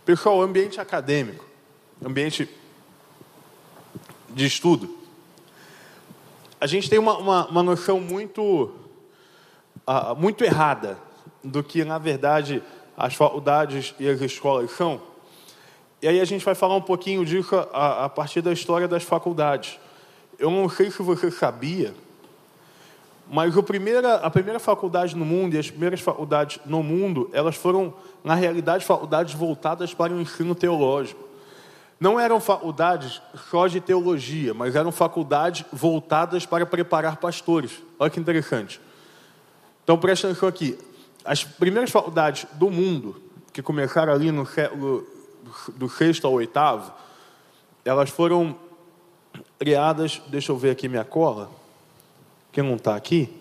Pessoal, ambiente acadêmico, ambiente de estudo, a gente tem uma noção muito errada do que, na verdade, as faculdades e as escolas são. E aí a gente vai falar um pouquinho disso a partir da história das faculdades. Eu não sei se você sabia, mas a primeira faculdade no mundo e as primeiras faculdades no mundo, elas foram, na realidade, faculdades voltadas para o ensino teológico. Não eram faculdades só de teologia, mas eram faculdades voltadas para preparar pastores. Olha que interessante. Então, presta atenção aqui. As primeiras faculdades do mundo, que começaram ali no século do 6º ao 8º, elas foram criadas... Deixa eu ver aqui minha cola. Quem não está aqui?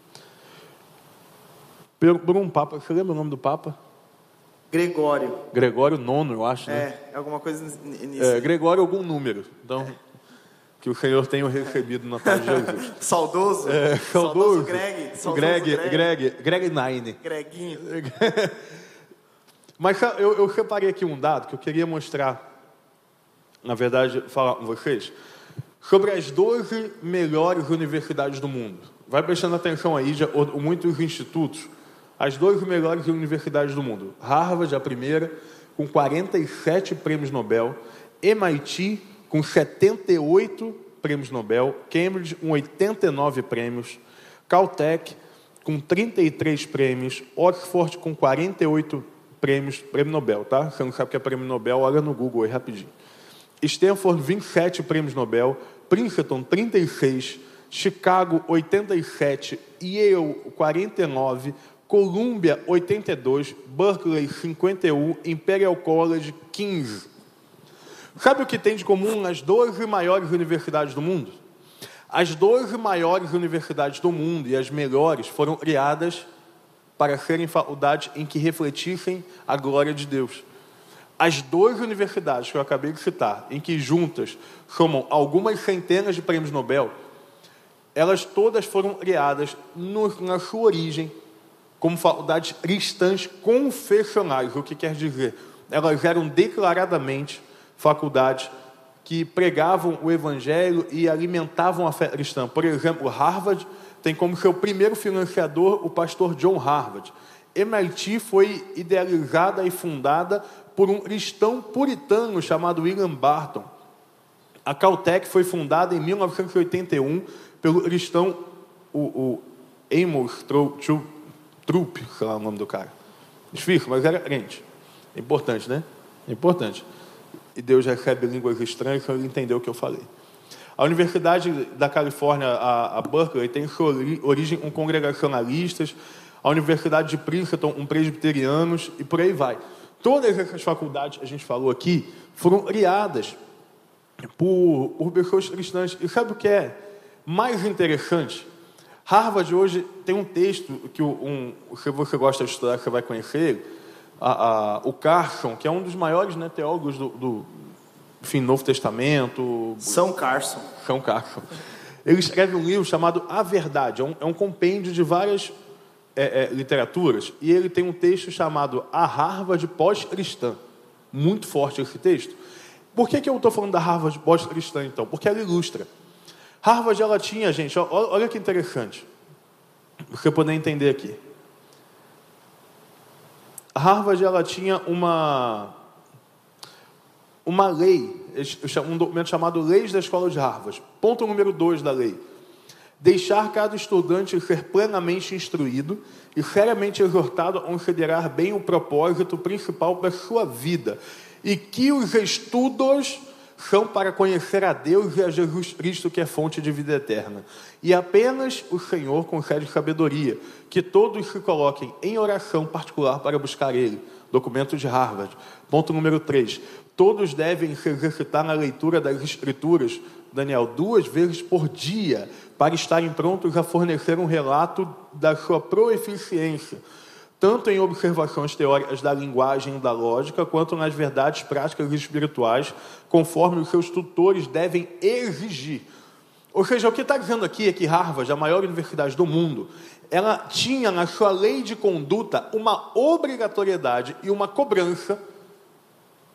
Por um papa. Você lembra o nome do papa? Gregório IX, eu acho, né? Alguma coisa nisso. Gregório algum número. Então, que o Senhor tenha recebido na paz de Jesus. Saudoso. Saudoso Greg. Greg Nine. Greginho. Mas eu separei aqui um dado que eu queria mostrar, na verdade, falar com vocês, sobre as 12 melhores universidades do mundo. Vai prestando atenção aí, muitos institutos. As 12 melhores universidades do mundo. Harvard, a primeira, com 47 prêmios Nobel. MIT, com 78 prêmios Nobel. Cambridge, com 89 prêmios. Caltech, com 33 prêmios. Oxford, com 48 prêmios. Prêmio Nobel, tá? Você não sabe o que é prêmio Nobel? Olha no Google aí rapidinho. Stanford, 27 prêmios Nobel. Princeton, 36. Chicago, 87. Yale, 49. Columbia, 82, Berkeley, 51, Imperial College, 15. Sabe o que tem de comum nas 12 maiores universidades do mundo? As 12 maiores universidades do mundo e as melhores foram criadas para serem faculdades em que refletissem a glória de Deus. As 12 universidades que eu acabei de citar, em que juntas somam algumas centenas de prêmios Nobel, elas todas foram criadas na sua origem como faculdades cristãs confessionais. O que quer dizer? Elas eram declaradamente faculdades que pregavam o evangelho e alimentavam a fé cristã. Por exemplo, Harvard tem como seu primeiro financiador o pastor John Harvard. MIT foi idealizada e fundada por um cristão puritano chamado William Barton. A Caltech foi fundada em 1981 pelo cristão o Amos Troop, sei lá o nome do cara. Difícil, mas era crente. É importante, né? É importante. E Deus recebe línguas estranhas, então ele entendeu o que eu falei. A Universidade da Califórnia, a Berkeley, tem sua origem com congregacionalistas. A Universidade de Princeton, presbiterianos, e por aí vai. Todas essas faculdades, a gente falou aqui, foram criadas por pessoas cristãs. E sabe o que é mais interessante? Harvard hoje tem um texto que se você gosta de estudar, você vai conhecer ele, o Carson, que é um dos maiores, né, teólogos do Novo Testamento. São Carson. Ele escreve um livro chamado A Verdade. É um compêndio de várias literaturas. E ele tem um texto chamado A Harvard Pós-Cristã. Muito forte esse texto. Por que eu estou falando da Harvard Pós-Cristã, então? Porque ela ilustra. Harvard, ela tinha, gente, olha que interessante, para você poder entender aqui. Harvard, ela tinha uma lei, um documento chamado Leis da Escola de Harvard. Ponto número 2 da lei. Deixar cada estudante ser plenamente instruído e seriamente exortado a considerar bem o propósito principal da sua vida, e que os estudos são para conhecer a Deus e a Jesus Cristo, que é fonte de vida eterna. E apenas o Senhor concede sabedoria, que todos se coloquem em oração particular para buscar Ele. Documento de Harvard. Ponto número 3. Todos devem se exercitar na leitura das Escrituras, Daniel, 2 vezes por dia, para estarem prontos a fornecer um relato da sua proeficiência, tanto em observações teóricas da linguagem e da lógica, quanto nas verdades práticas e espirituais, conforme os seus tutores devem exigir. Ou seja, o que está dizendo aqui é que Harvard, a maior universidade do mundo, ela tinha na sua lei de conduta uma obrigatoriedade e uma cobrança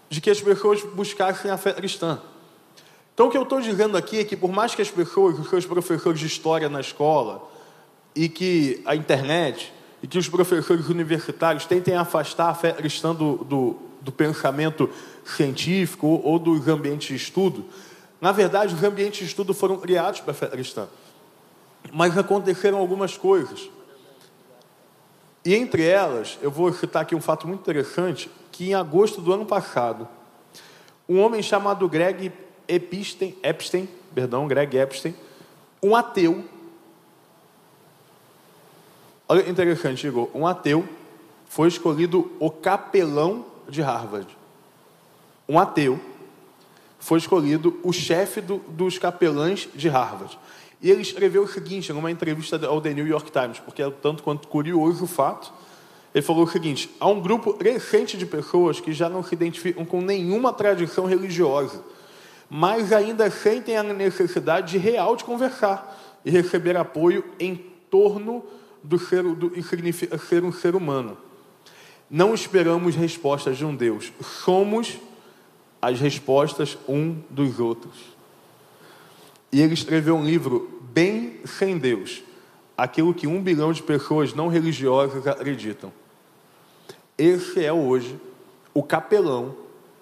de que as pessoas buscassem a fé cristã. Então, o que eu estou dizendo aqui é que, por mais que as pessoas, os seus professores de história na escola, e que a internet, e que os professores universitários tentem afastar a fé cristã do pensamento científico ou dos ambientes de estudo, na verdade, os ambientes de estudo foram criados para a fé cristã. Mas aconteceram algumas coisas. E entre elas, eu vou citar aqui um fato muito interessante, que em agosto do ano passado, um homem chamado Greg Epstein, um ateu, olha interessante, Igor, um ateu foi escolhido o capelão de Harvard. Um ateu foi escolhido o chefe dos capelães de Harvard. E ele escreveu o seguinte, numa entrevista ao The New York Times, porque é tanto quanto curioso o fato. Ele falou o seguinte: há um grupo crescente de pessoas que já não se identificam com nenhuma tradição religiosa, mas ainda sentem a necessidade real de conversar e receber apoio em torno do que significa ser um ser humano. Não esperamos respostas de um Deus, somos as respostas um dos outros. E ele escreveu um livro, Bem Sem Deus, aquilo que 1 bilhão de pessoas não religiosas acreditam. Esse é hoje o capelão,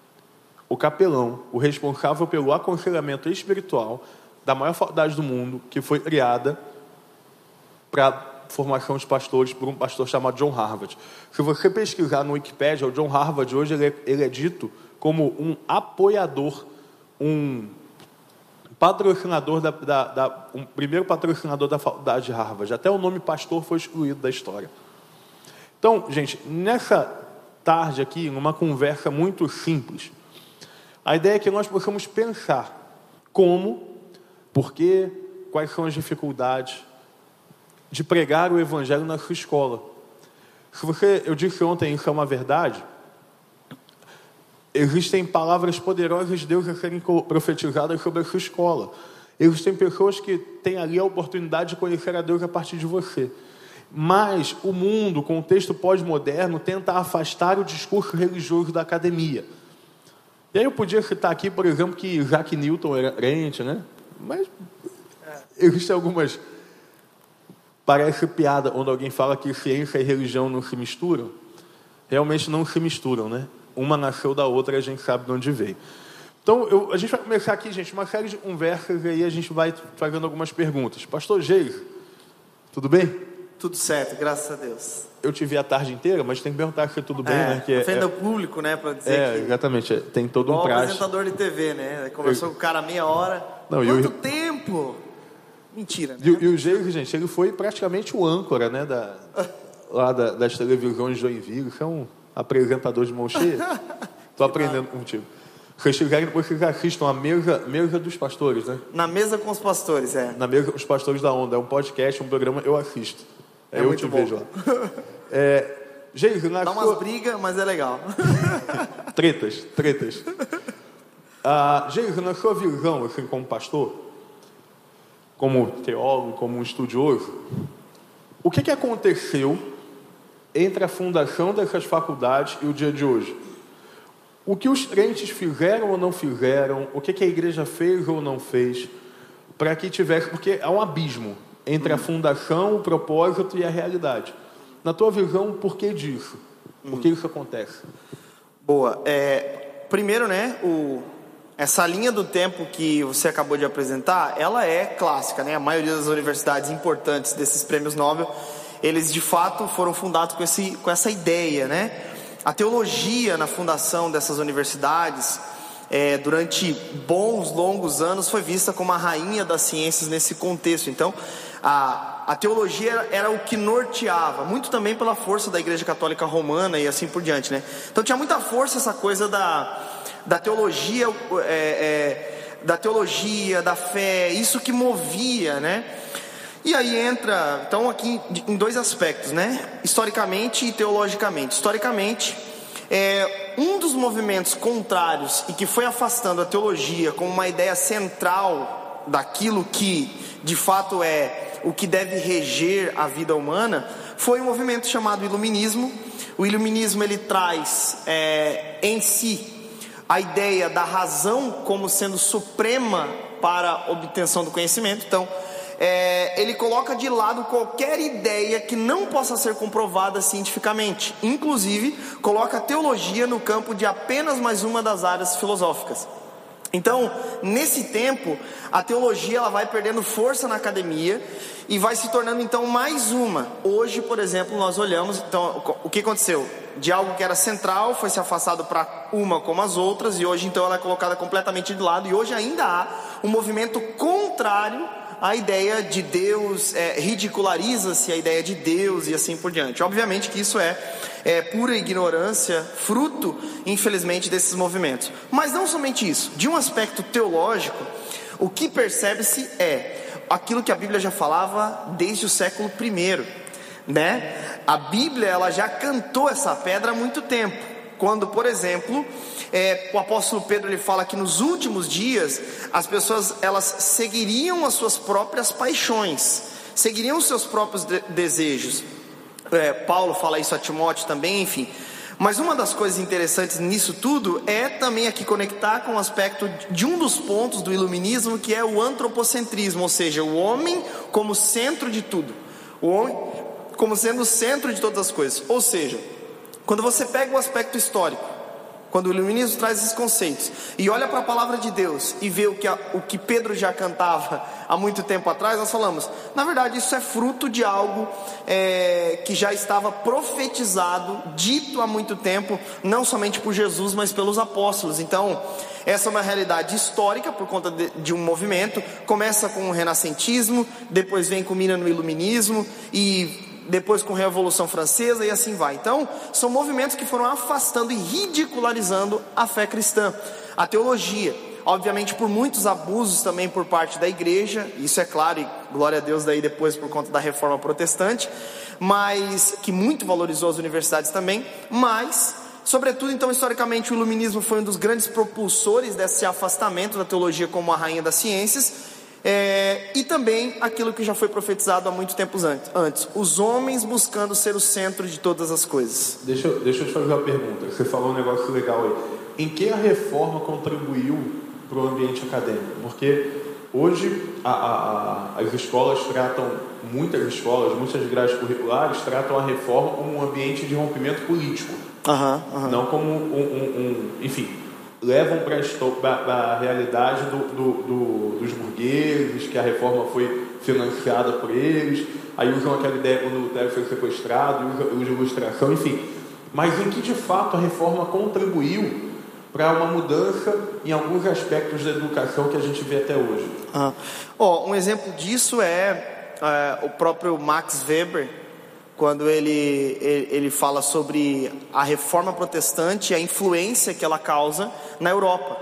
o responsável pelo aconselhamento espiritual da maior faculdade do mundo, que foi criada para formação de pastores por um pastor chamado John Harvard. Se você pesquisar no Wikipedia, o John Harvard hoje ele é dito como um apoiador, um patrocinador um primeiro patrocinador da faculdade de Harvard. Até o nome pastor foi excluído da história. Então, gente, nessa tarde aqui, numa conversa muito simples, a ideia é que nós possamos pensar como, por quê, quais são as dificuldades de pregar o evangelho na sua escola. Eu disse ontem, isso é uma verdade. Existem palavras poderosas de Deus a serem profetizadas sobre a sua escola. Existem pessoas que têm ali a oportunidade de conhecer a Deus a partir de você. Mas o mundo, o contexto pós-moderno, tenta afastar o discurso religioso da academia. E aí eu podia citar aqui, por exemplo, que Isaac Newton era crente, né? Mas existem algumas... Parece piada quando alguém fala que ciência e religião não se misturam. Realmente não se misturam, né? Uma nasceu da outra e a gente sabe de onde veio. Então, a gente vai começar aqui, gente, uma série de conversas e aí a gente vai fazendo algumas perguntas. Pastor Geir, tudo bem? Tudo certo, graças a Deus. Eu te vi a tarde inteira, mas tem que perguntar se tudo bem, né? Que frente ao público, né? Para dizer que... exatamente. Tem todo um prazo. apresentador de TV, né? Conversou com o cara meia hora. Não, quanto tempo? Mentira, né? E o Geir, gente, ele foi praticamente o âncora, né? Das televisões de Joinville. Você é um apresentador de mão cheia. Estou aprendendo contigo. Vocês chegarem depois que vocês assistam a mesa dos pastores, né? Na mesa com os pastores, Na mesa com os pastores da Onda. É um podcast, um programa, eu assisto. Eu te vejo lá. Geir, dá umas brigas, mas é legal. Tretas. Geir, na sua visão, assim, como pastor, como teólogo, como um estudioso, o que aconteceu entre a fundação dessas faculdades e o dia de hoje? O que os crentes fizeram ou não fizeram, o que a igreja fez ou não fez, para que tivesse... Porque há um abismo entre a fundação, o propósito e a realidade. Na tua visão, por que disso? Por que isso acontece? Boa. Primeiro, né, essa linha do tempo que você acabou de apresentar, ela é clássica, né? A maioria das universidades importantes desses prêmios Nobel, eles de fato foram fundados com essa ideia, né? A teologia na fundação dessas universidades, durante bons, longos anos, foi vista como a rainha das ciências nesse contexto. Então, a teologia era o que norteava, muito também pela força da Igreja Católica Romana e assim por diante, né? Então tinha muita força essa coisa da teologia, da fé, isso que movia, né? E aí entra, então, aqui em dois aspectos, né? Historicamente e teologicamente. Historicamente, um dos movimentos contrários e que foi afastando a teologia como uma ideia central daquilo que, de fato, é o que deve reger a vida humana, foi um movimento chamado Iluminismo. O Iluminismo, ele traz em si a ideia da razão como sendo suprema para a obtenção do conhecimento. Então, ele coloca de lado qualquer ideia que não possa ser comprovada cientificamente. Inclusive, coloca a teologia no campo de apenas mais uma das áreas filosóficas. Então, nesse tempo, a teologia ela vai perdendo força na academia e vai se tornando então mais uma. Hoje, por exemplo, nós olhamos, então, o que aconteceu? De algo que era central, foi se afastado para uma como as outras, e hoje então ela é colocada completamente de lado, e hoje ainda há um movimento contrário à ideia de Deus, ridiculariza-se a ideia de Deus e assim por diante. Obviamente que isso é pura ignorância, fruto, infelizmente, desses movimentos. Mas não somente isso, de um aspecto teológico, o que percebe-se é aquilo que a Bíblia já falava desde o século I, né? A Bíblia ela já cantou essa pedra há muito tempo. Quando, por exemplo, o apóstolo Pedro ele fala que nos últimos dias as pessoas elas seguiriam as suas próprias paixões, seguiriam os seus próprios desejos. Paulo fala isso a Timóteo também, enfim. Mas uma das coisas interessantes nisso tudo é também aqui conectar com o aspecto de um dos pontos do iluminismo, que é o antropocentrismo, ou seja, o homem como centro de tudo, o homem como sendo o centro de todas as coisas. Ou seja, quando você pega o aspecto histórico, quando o iluminismo traz esses conceitos e olha para a palavra de Deus e vê o que Pedro já cantava há muito tempo atrás, nós falamos, na verdade isso é fruto de algo que já estava profetizado, dito há muito tempo, não somente por Jesus, mas pelos apóstolos. Então, essa é uma realidade histórica por conta de um movimento. Começa com o renascentismo, depois vem culmina no iluminismo e depois com a Revolução Francesa e assim vai. Então, são movimentos que foram afastando e ridicularizando a fé cristã, a teologia. Obviamente por muitos abusos também por parte da igreja, isso é claro, e glória a Deus daí depois por conta da reforma protestante, mas que muito valorizou as universidades também. Mas, sobretudo então historicamente, o iluminismo foi um dos grandes propulsores desse afastamento da teologia como a rainha das ciências. E também aquilo que já foi profetizado há muito tempo antes, os homens buscando ser o centro de todas as coisas. Deixa eu te fazer uma pergunta. Você falou um negócio legal aí. Em que a reforma contribuiu para o ambiente acadêmico? Porque hoje as escolas tratam, muitas grades curriculares tratam a reforma como um ambiente de rompimento político, não como enfim, levam para a realidade dos burgueses, que a reforma foi financiada por eles, aí usam aquela ideia quando Lutero foi sequestrado, usam ilustração, enfim. Mas em que de fato a reforma contribuiu para uma mudança em alguns aspectos da educação que a gente vê até hoje? Um exemplo disso é o próprio Max Weber, quando ele fala sobre a reforma protestante e a influência que ela causa na Europa.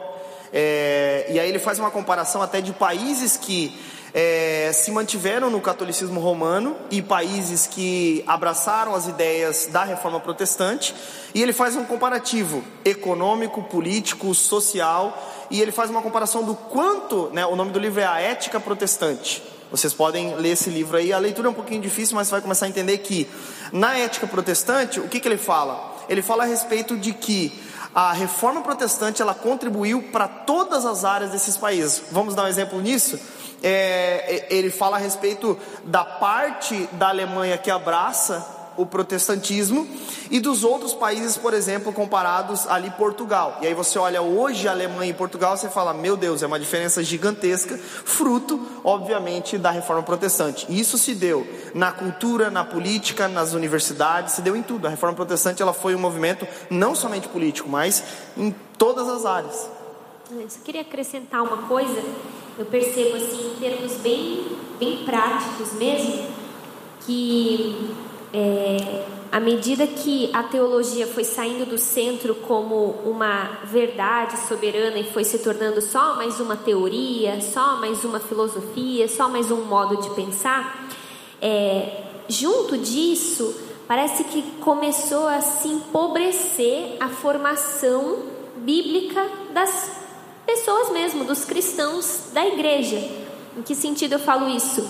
E aí ele faz uma comparação até de países que se mantiveram no catolicismo romano e países que abraçaram as ideias da reforma protestante, e ele faz um comparativo econômico, político, social, e ele faz uma comparação do quanto, né, o nome do livro é A Ética Protestante. Vocês podem ler esse livro aí, a leitura é um pouquinho difícil, mas você vai começar a entender que na ética protestante, o que ele fala? Ele fala a respeito de que a reforma protestante ela contribuiu para todas as áreas desses países. Vamos dar um exemplo nisso? Ele fala a respeito da parte da Alemanha que abraça o protestantismo e dos outros países, por exemplo, comparados ali Portugal. E aí você olha hoje a Alemanha e Portugal, você fala, meu Deus, é uma diferença gigantesca, fruto, obviamente, da reforma protestante. E isso se deu na cultura, na política, nas universidades, se deu em tudo. A reforma protestante ela foi um movimento não somente político, mas em todas as áreas. Eu só queria acrescentar uma coisa. Eu percebo assim, em termos bem práticos mesmo, que à medida que a teologia foi saindo do centro como uma verdade soberana e foi se tornando só mais uma teoria, só mais uma filosofia, só mais um modo de pensar, junto disso, parece que começou a se empobrecer a formação bíblica das pessoas mesmo, dos cristãos da igreja. Em que sentido eu falo isso?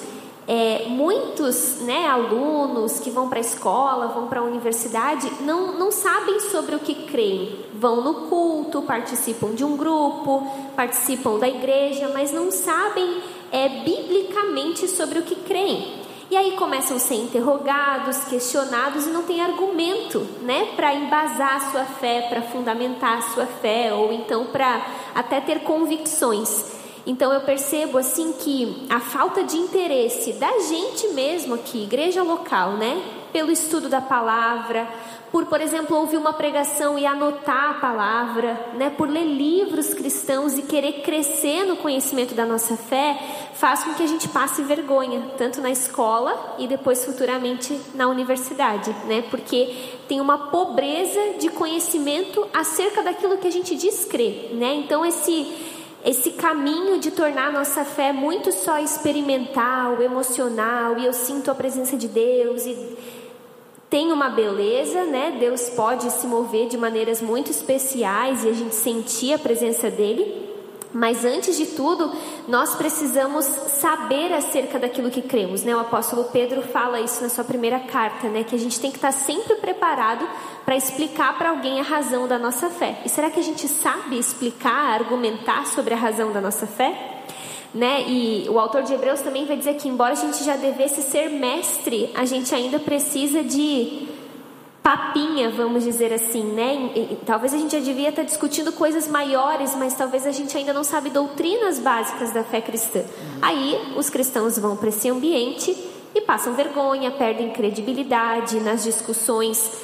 muitos, né, alunos que vão para a escola, vão para a universidade, não sabem sobre o que creem. Vão no culto, participam de um grupo, participam da igreja, mas não sabem biblicamente sobre o que creem. E aí começam a ser interrogados, questionados e não tem argumento, né, para embasar a sua fé, para fundamentar a sua fé, ou então para até ter convicções. Então eu percebo assim que a falta de interesse da gente mesmo aqui, igreja local, né, pelo estudo da palavra, por exemplo, ouvir uma pregação e anotar a palavra, né, por ler livros cristãos e querer crescer no conhecimento da nossa fé, faz com que a gente passe vergonha, tanto na escola e depois futuramente na universidade, né, porque tem uma pobreza de conhecimento acerca daquilo que a gente diz crer, né, então esse caminho de tornar a nossa fé muito só experimental, emocional, e eu sinto a presença de Deus, e tem uma beleza, né? Deus pode se mover de maneiras muito especiais e a gente sentir a presença dele, mas antes de tudo, nós precisamos saber acerca daquilo que cremos, né? O apóstolo Pedro fala isso na sua primeira carta, né? Que a gente tem que estar sempre preparado para explicar para alguém a razão da nossa fé. E será que a gente sabe explicar, argumentar sobre a razão da nossa fé? Né? E o autor de Hebreus também vai dizer que embora a gente já devesse ser mestre, a gente ainda precisa de papinha, vamos dizer assim, né? E talvez a gente já devia estar discutindo coisas maiores, mas talvez a gente ainda não sabe doutrinas básicas da fé cristã. Aí os cristãos vão para esse ambiente e passam vergonha, perdem credibilidade nas discussões,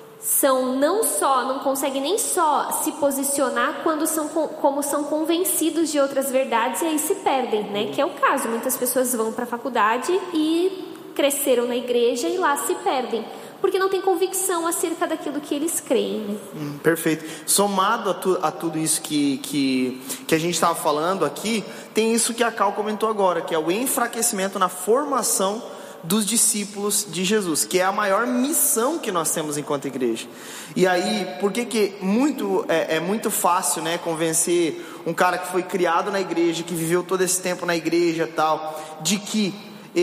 não conseguem nem só se posicionar como são convencidos de outras verdades, e aí se perdem, né? Que é o caso, muitas pessoas vão para a faculdade e cresceram na igreja e lá se perdem, porque não tem convicção acerca daquilo que eles creem, né? Perfeito. Somado a tudo isso que a gente estava falando aqui, tem isso que a Cal comentou agora, que é o enfraquecimento na formação dos discípulos de Jesus, que é a maior missão que nós temos enquanto igreja. E aí, por que é muito fácil, né, convencer um cara que foi criado na igreja, que viveu todo esse tempo na igreja tal, de que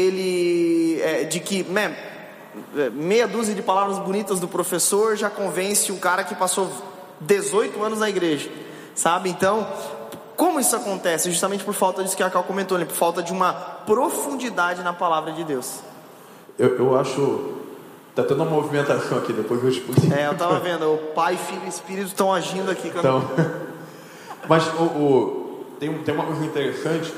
meia dúzia de palavras bonitas do professor já convence um cara que passou 18 anos na igreja, sabe? Então, como isso acontece? Justamente por falta disso que a Cal comentou, né? Por falta de uma profundidade na palavra de Deus. Eu acho... Tá tendo uma movimentação aqui, depois eu explico. Eu tava vendo, o Pai, Filho e Espírito estão agindo aqui. Então, mas tem uma coisa interessante.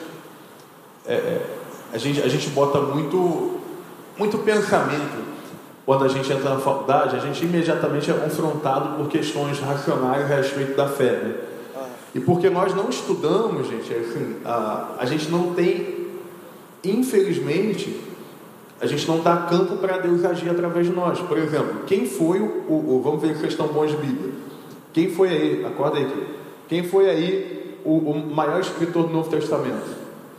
A gente bota muito pensamento. Quando a gente entra na faculdade, a gente imediatamente é confrontado por questões racionais a respeito da fé, né? E porque nós não estudamos, gente, assim, a gente não tem, infelizmente, a gente não dá campo para Deus agir através de nós. Por exemplo, quem foi vamos ver questão bons de Bíblia. Quem foi aí, acorda aí, quem foi aí o maior escritor do Novo Testamento?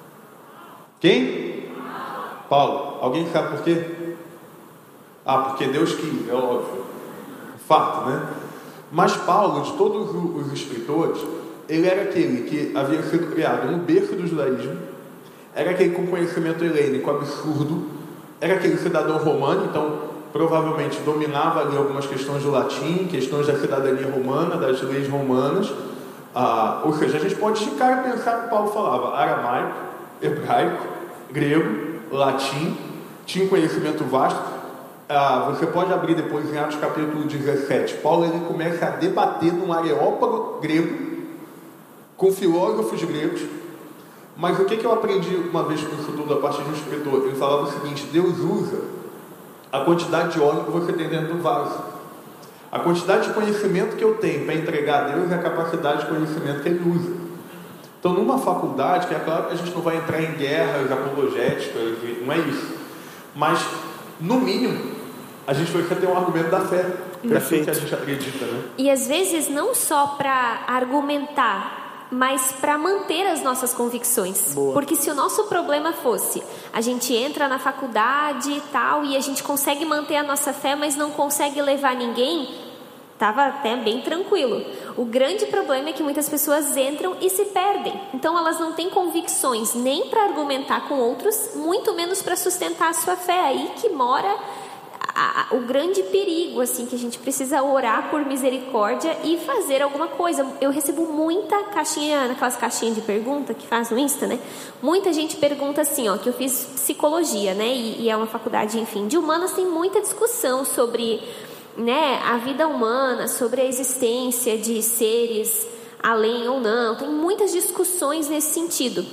Quem? Paulo. Alguém sabe por quê? Porque Deus quis, é óbvio. Fato, né? Mas Paulo, de todos os escritores, ele era aquele que havia sido criado no berço do judaísmo, era aquele com conhecimento helênico absurdo, era aquele cidadão romano, então provavelmente dominava ali algumas questões do latim, questões da cidadania romana, das leis romanas, ou seja, a gente pode esticar e pensar que Paulo falava aramaico, hebraico, grego, latim, tinha um conhecimento vasto. Você pode abrir depois em Atos capítulo 17, Paulo ele começa a debater num areópago grego, com filósofos gregos. Mas o que eu aprendi uma vez com o estudo a partir de um escritor? Ele falava o seguinte: Deus usa a quantidade de óleo que você tem dentro do vaso. A quantidade de conhecimento que eu tenho para entregar a Deus é a capacidade de conhecimento que Ele usa. Então, numa faculdade, que é claro que a gente não vai entrar em guerras apologéticas, não é isso. Mas, no mínimo, a gente vai ter um argumento da fé. Perfeito. Que a gente acredita, né? E às vezes não só para argumentar, mas para manter as nossas convicções. Boa. Porque se o nosso problema fosse a gente entra na faculdade e tal, e a gente consegue manter a nossa fé, mas não consegue levar ninguém, estava até bem tranquilo. O grande problema é que muitas pessoas entram e se perdem. Então elas não têm convicções nem para argumentar com outros, muito menos para sustentar a sua fé. Aí que mora o grande perigo, assim, que a gente precisa orar por misericórdia e fazer alguma coisa. Eu recebo muita caixinha, naquelas caixinhas de pergunta que faz no Insta, né? Muita gente pergunta assim, ó, que eu fiz psicologia, né? E é uma faculdade, enfim, de humanas, tem muita discussão sobre, né, a vida humana, sobre a existência de seres além ou não. Tem muitas discussões nesse sentido.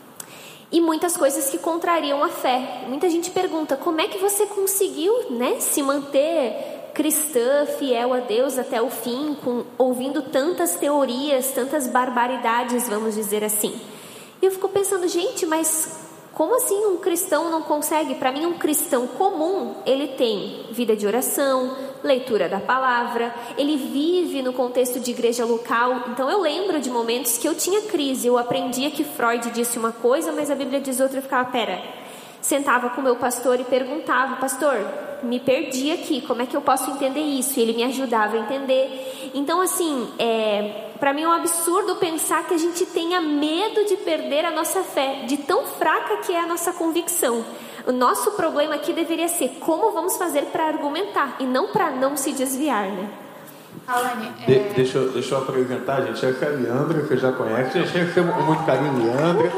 E muitas coisas que contrariam a fé. Muita gente pergunta, como é que você conseguiu, né, se manter cristã, fiel a Deus até o fim, ouvindo tantas teorias, tantas barbaridades, vamos dizer assim. E eu fico pensando, gente, mas como assim um cristão não consegue? Para mim, um cristão comum, ele tem vida de oração, leitura da palavra, ele vive no contexto de igreja local. Então eu lembro de momentos que eu tinha crise, eu aprendia que Freud disse uma coisa, mas a Bíblia diz outra. Eu ficava, sentava com o meu pastor e perguntava, pastor, me perdi aqui, como é que eu posso entender isso? E ele me ajudava a entender. Então assim, para mim é um absurdo pensar que a gente tenha medo de perder a nossa fé, de tão fraca que é a nossa convicção. O nosso problema aqui deveria ser como vamos fazer para argumentar e não para não se desviar, né? Alane, deixa eu apresentar, gente. Essa é a Leandra, que eu já conhece. Eu chamo com muito carinho Leandra.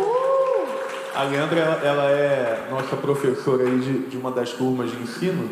A Leandra, ela é nossa professora aí de uma das turmas de ensino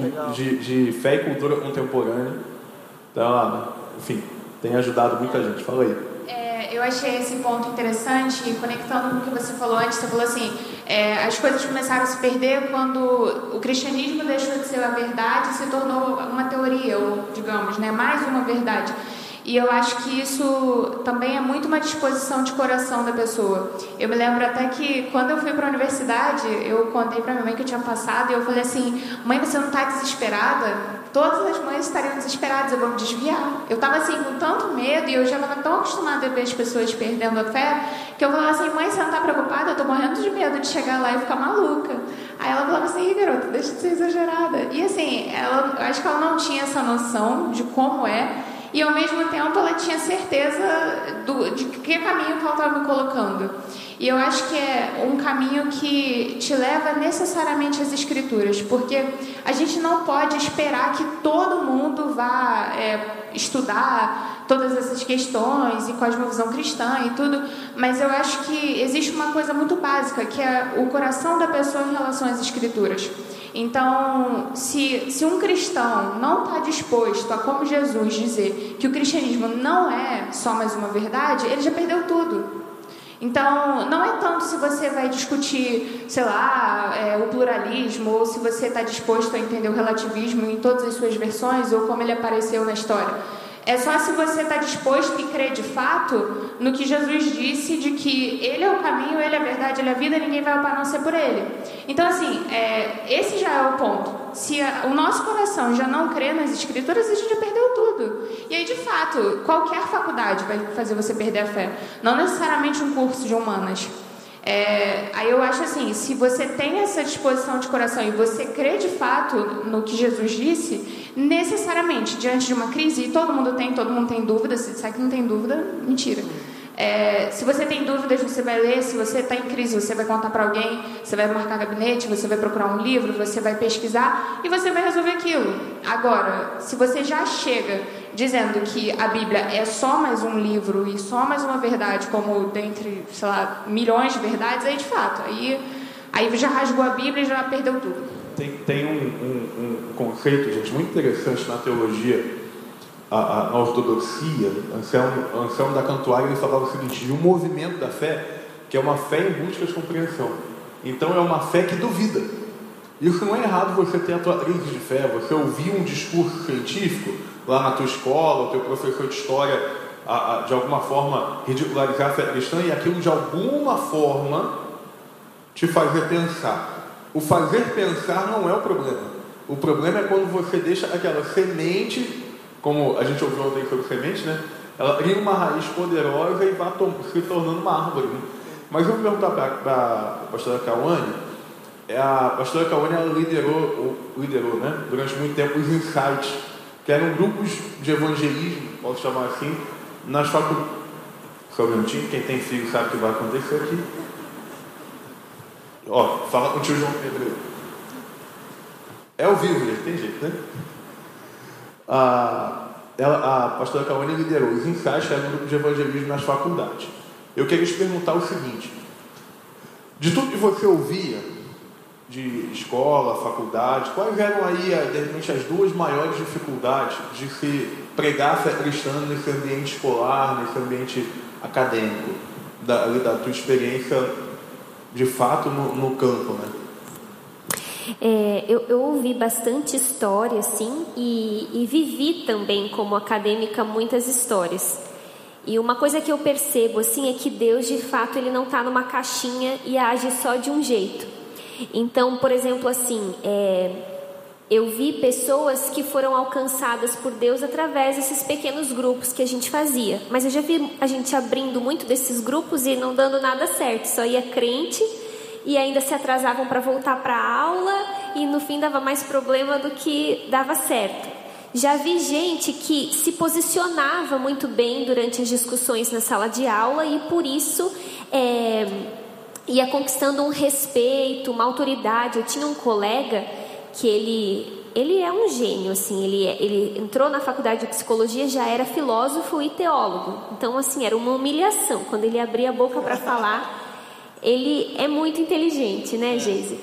de fé e cultura contemporânea. Então, ela, enfim, tem ajudado muita gente. Fala aí. Eu achei esse ponto interessante, conectando com o que você falou antes. Você falou assim, as coisas começaram a se perder quando o cristianismo deixou de ser a verdade e se tornou uma teoria, ou digamos, né, mais uma verdade. E eu acho que isso também é muito uma disposição de coração da pessoa. Eu me lembro até que quando eu fui para a universidade, eu contei para minha mãe que eu tinha passado e eu falei assim, mãe, você não está desesperada? Todas as mães estariam desesperadas, eu vou me desviar. Eu estava assim com tanto medo e eu já estava tão acostumada a ver as pessoas perdendo a fé que eu falava assim, mãe, você não está preocupada? Eu estou morrendo de medo de chegar lá e ficar maluca. Aí ela falava assim, garota, deixa de ser exagerada. E assim, eu acho que ela não tinha essa noção de como e ao mesmo tempo ela tinha certeza de que caminho que ela estava me colocando. E eu acho que é um caminho que te leva necessariamente às Escrituras, porque a gente não pode esperar que todo mundo vá estudar todas essas questões e cosmovisão cristã e tudo, mas eu acho que existe uma coisa muito básica, que é o coração da pessoa em relação às Escrituras. Então, se um cristão não está disposto a, como Jesus, dizer que o cristianismo não é só mais uma verdade, ele já perdeu tudo. Então, não é tanto se você vai discutir, sei lá, o pluralismo, ou se você está disposto a entender o relativismo em todas as suas versões, ou como ele apareceu na história. É só se você está disposto e crer de fato no que Jesus disse, de que Ele é o caminho, Ele é a verdade, Ele é a vida, ninguém vai ao Pai a não ser por Ele. Então, assim, esse já é o ponto. Se o nosso coração já não crê nas Escrituras, a gente já perdeu tudo. E aí, de fato, qualquer faculdade vai fazer você perder a fé. Não necessariamente um curso de humanas. Aí eu acho assim, se você tem essa disposição de coração e você crê de fato no que Jesus disse, necessariamente, diante de uma crise, e todo mundo tem dúvidas, se disser que não tem dúvida, mentira. Se você tem dúvidas, você vai ler. Se você está em crise, você vai contar para alguém, você vai marcar gabinete, você vai procurar um livro, você vai pesquisar e você vai resolver aquilo. Agora, se você já chega dizendo que a Bíblia é só mais um livro e só mais uma verdade, como dentre, sei lá, milhões de verdades, aí de fato, aí já rasgou a Bíblia e já perdeu tudo. Tem um conceito, gente, muito interessante na teologia, a ortodoxia. Anselmo da Cantuária, ele falava o seguinte, de um movimento da fé, que é uma fé em busca de compreensão. Então é uma fé que duvida. Isso não é errado, você ter a tua crise de fé, você ouvir um discurso científico lá na tua escola, o teu professor de história de alguma forma ridicularizar a fé cristã, e aquilo de alguma forma te fazer pensar. O fazer pensar não é o problema. O problema é quando você deixa aquela semente, como a gente ouviu ontem sobre semente, né? Ela cria uma raiz poderosa e vai se tornando uma árvore, né? Mas eu vou perguntar para a pastora Cauane. A pastora Cauane, ela liderou, né, durante muito tempo os insights que eram grupos de evangelismo, posso chamar assim, nas faculdades. Só um minutinho, quem tem filho sabe o que vai acontecer aqui. Ó, fala com o tio João Pedro. É ao vivo, gente, tem jeito, né? A pastora Kawane liderou os ensaios, que era um grupo de evangelismo nas faculdades. Eu queria te perguntar o seguinte: de tudo que você ouvia, de escola, faculdade, quais eram aí, de repente, as duas maiores dificuldades de se pregar fé cristã nesse ambiente escolar, nesse ambiente acadêmico, da tua experiência de fato no campo, né? Eu ouvi bastante história, assim, e vivi também como acadêmica muitas histórias. E uma coisa que eu percebo, assim, é que Deus, de fato, Ele não está numa caixinha e age só de um jeito. Então, por exemplo, assim, eu vi pessoas que foram alcançadas por Deus através desses pequenos grupos que a gente fazia. Mas eu já vi a gente abrindo muito desses grupos e não dando nada certo. Só ia crente e ainda se atrasavam para voltar para a aula e no fim dava mais problema do que dava certo. Já vi gente que se posicionava muito bem durante as discussões na sala de aula e por isso ia conquistando um respeito, uma autoridade. Eu tinha um colega que ele é um gênio, assim, ele entrou na faculdade de psicologia, já era filósofo e teólogo. Então, assim, era uma humilhação. Quando ele abria a boca para falar, ele é muito inteligente, né, Geise?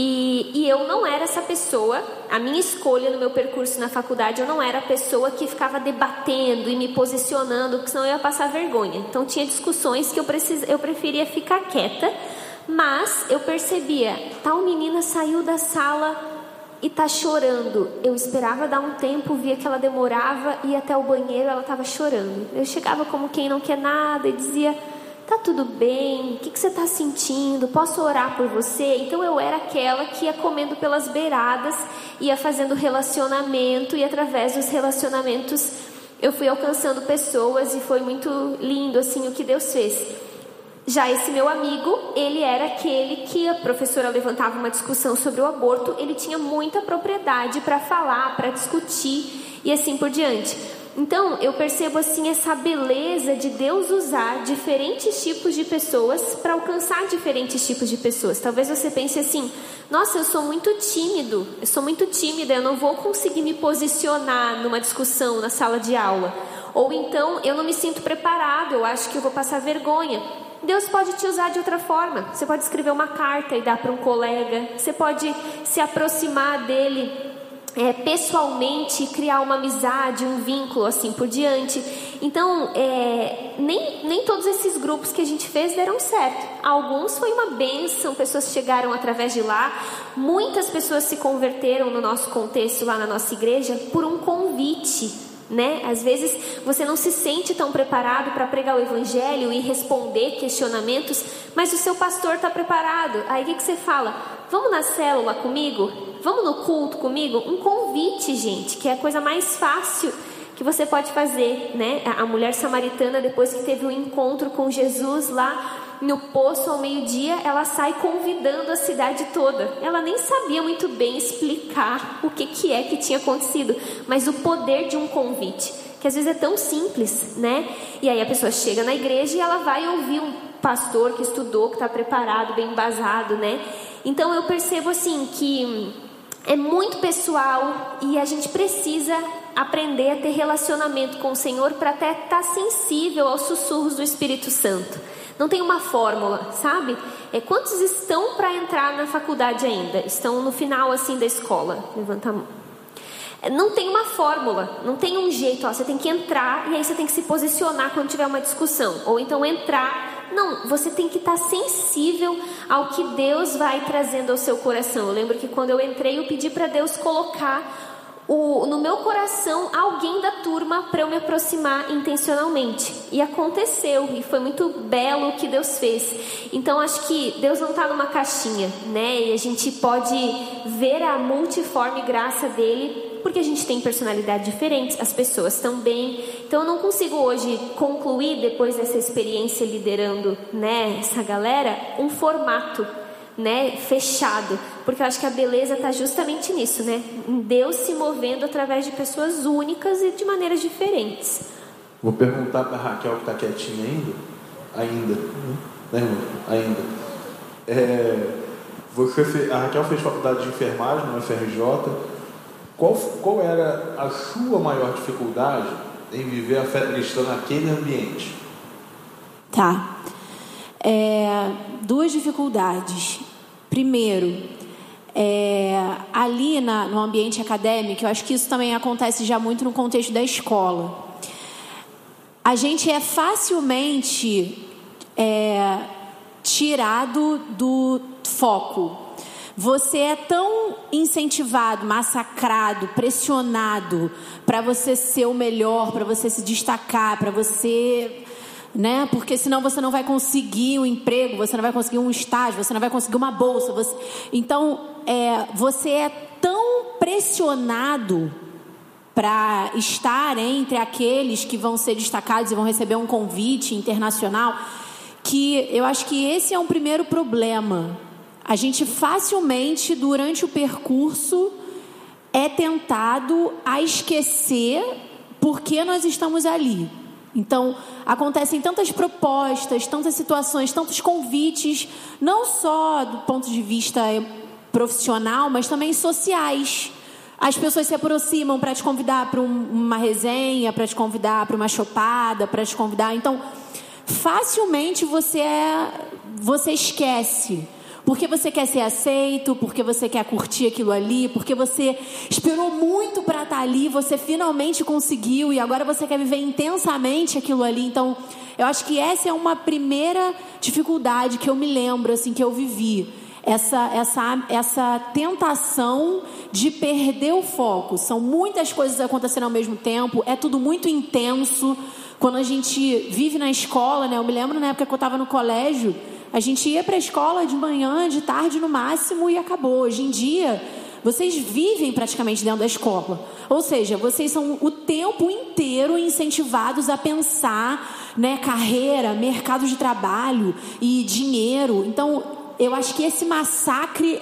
E eu não era essa pessoa. A minha escolha no meu percurso na faculdade, eu não era a pessoa que ficava debatendo e me posicionando, porque senão eu ia passar vergonha. Então tinha discussões que eu preferia ficar quieta, mas eu percebia, tal menina saiu da sala e tá chorando. Eu esperava dar um tempo, via que ela demorava, ia até o banheiro, ela estava chorando. Eu chegava como quem não quer nada e dizia: tá tudo bem? O que você está sentindo? Posso orar por você? Então eu era aquela que ia comendo pelas beiradas, ia fazendo relacionamento, e através dos relacionamentos eu fui alcançando pessoas, e foi muito lindo assim o que Deus fez. Já esse meu amigo, ele era aquele que a professora levantava uma discussão sobre o aborto, ele tinha muita propriedade para falar, para discutir e assim por diante. Então, eu percebo assim essa beleza de Deus usar diferentes tipos de pessoas para alcançar diferentes tipos de pessoas. Talvez você pense assim: nossa, eu sou muito tímido, eu sou muito tímida, eu não vou conseguir me posicionar numa discussão na sala de aula. Ou então, eu não me sinto preparado, eu acho que eu vou passar vergonha. Deus pode te usar de outra forma. Você pode escrever uma carta e dar para um colega. Você pode se aproximar dele pessoalmente, criar uma amizade, um vínculo, assim por diante. Então, nem todos esses grupos que a gente fez deram certo. Alguns foi uma bênção, pessoas chegaram através de lá. Muitas pessoas se converteram no nosso contexto, lá na nossa igreja, por um convite, né? Às vezes você não se sente tão preparado para pregar o evangelho e responder questionamentos, mas o seu pastor está preparado. Aí o que você fala? Vamos na célula comigo? Vamos no culto comigo? Um convite, gente, que é a coisa mais fácil que você pode fazer, né? A mulher samaritana, depois que teve um encontro com Jesus lá no poço ao meio-dia, ela sai convidando a cidade toda. Ela nem sabia muito bem explicar o que é que tinha acontecido, mas o poder de um convite, que às vezes é tão simples, né? E aí a pessoa chega na igreja e ela vai ouvir um pastor que estudou, que está preparado, bem embasado, né? Então eu percebo assim que é muito pessoal e a gente precisa aprender a ter relacionamento com o Senhor para até estar sensível aos sussurros do Espírito Santo. Não tem uma fórmula, sabe? Quantos estão para entrar na faculdade ainda? Estão no final assim da escola? Levanta a mão. Não tem uma fórmula, não tem um jeito, você tem que entrar e aí você tem que se posicionar quando tiver uma discussão. Ou então entrar. Não, você tem que estar sensível ao que Deus vai trazendo ao seu coração. Eu lembro que quando eu entrei, eu pedi para Deus colocar no meu coração alguém da turma para eu me aproximar intencionalmente. E aconteceu, e foi muito belo o que Deus fez. Então acho que Deus não está numa caixinha, né? E a gente pode ver a multiforme graça dele, porque a gente tem personalidades diferentes, as pessoas também. Então eu não consigo hoje concluir, depois dessa experiência liderando, né, essa galera, um formato, né, fechado, porque eu acho que a beleza está justamente nisso, né? Em Deus se movendo através de pessoas únicas e de maneiras diferentes. Vou perguntar para a Raquel, que está quietinha ainda, né, irmão? Ainda. A Raquel fez faculdade de enfermagem no FRJ. Qual era a sua maior dificuldade em viver a fé cristã naquele ambiente? Tá. Duas dificuldades. Primeiro, ali no ambiente acadêmico, eu acho que isso também acontece já muito no contexto da escola. A gente é facilmente tirado do foco. Você é tão incentivado, massacrado, pressionado para você ser o melhor, para você se destacar, para você, né? Porque senão você não vai conseguir um emprego, você não vai conseguir um estágio, você não vai conseguir uma bolsa. Então, você é tão pressionado para estar entre aqueles que vão ser destacados e vão receber um convite internacional, que eu acho que esse é um primeiro problema. A gente facilmente, durante o percurso, é tentado a esquecer por que nós estamos ali. Então, acontecem tantas propostas, tantas situações, tantos convites, não só do ponto de vista profissional, mas também sociais. As pessoas se aproximam para te convidar para uma resenha, para te convidar para uma chopada, para te convidar. Então, facilmente você esquece. Porque você quer ser aceito, porque você quer curtir aquilo ali, porque você esperou muito para estar ali, você finalmente conseguiu e agora você quer viver intensamente aquilo ali. Então, eu acho que essa é uma primeira dificuldade que eu me lembro, assim, que eu vivi. Essa tentação de perder o foco. São muitas coisas acontecendo ao mesmo tempo, é tudo muito intenso. Quando a gente vive na escola, né? Eu me lembro na época que eu estava no colégio, a gente ia para a escola de manhã, de tarde no máximo e acabou. Hoje em dia, vocês vivem praticamente dentro da escola. Ou seja, vocês são o tempo inteiro incentivados a pensar, né, carreira, mercado de trabalho e dinheiro. Então, eu acho que esse massacre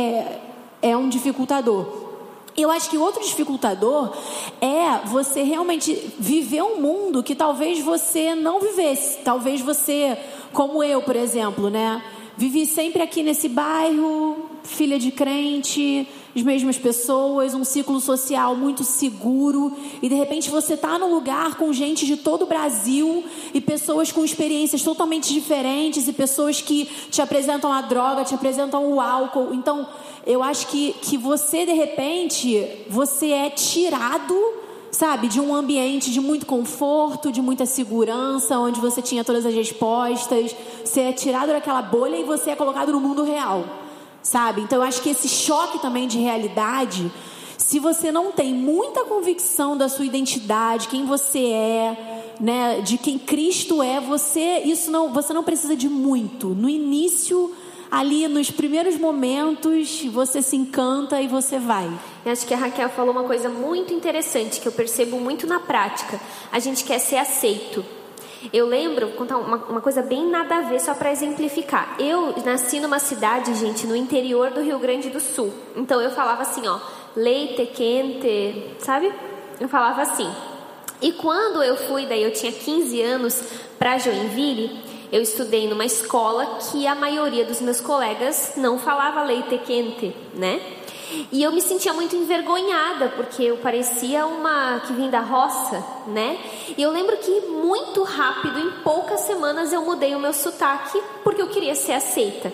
é um dificultador. Eu acho que outro dificultador é você realmente viver um mundo que talvez você não vivesse. Talvez você, como eu, por exemplo, né? Vivi sempre aqui nesse bairro, filha de crente, as mesmas pessoas, um ciclo social muito seguro, e de repente você está num lugar com gente de todo o Brasil e pessoas com experiências totalmente diferentes e pessoas que te apresentam a droga, te apresentam o álcool. Então, eu acho que você, de repente, você é tirado, sabe, de um ambiente de muito conforto, de muita segurança, onde você tinha todas as respostas. Você é tirado daquela bolha e você é colocado no mundo real, sabe? Então, eu acho que esse choque também de realidade, se você não tem muita convicção da sua identidade, quem você é, né, de quem Cristo é, você não precisa de muito. No início, ali nos primeiros momentos, você se encanta e você vai. Eu acho que a Raquel falou uma coisa muito interessante, que eu percebo muito na prática. A gente quer ser aceito. Eu lembro, vou contar uma coisa bem nada a ver, só para exemplificar. Eu nasci numa cidade, gente, no interior do Rio Grande do Sul. Então eu falava assim, ó, leite quente, sabe? Eu falava assim. E quando eu fui, daí eu tinha 15 anos, para Joinville, eu estudei numa escola que a maioria dos meus colegas não falava leite quente, né? E eu me sentia muito envergonhada, porque eu parecia uma que vim da roça, né? E eu lembro que muito rápido, em poucas semanas, eu mudei o meu sotaque, porque eu queria ser aceita.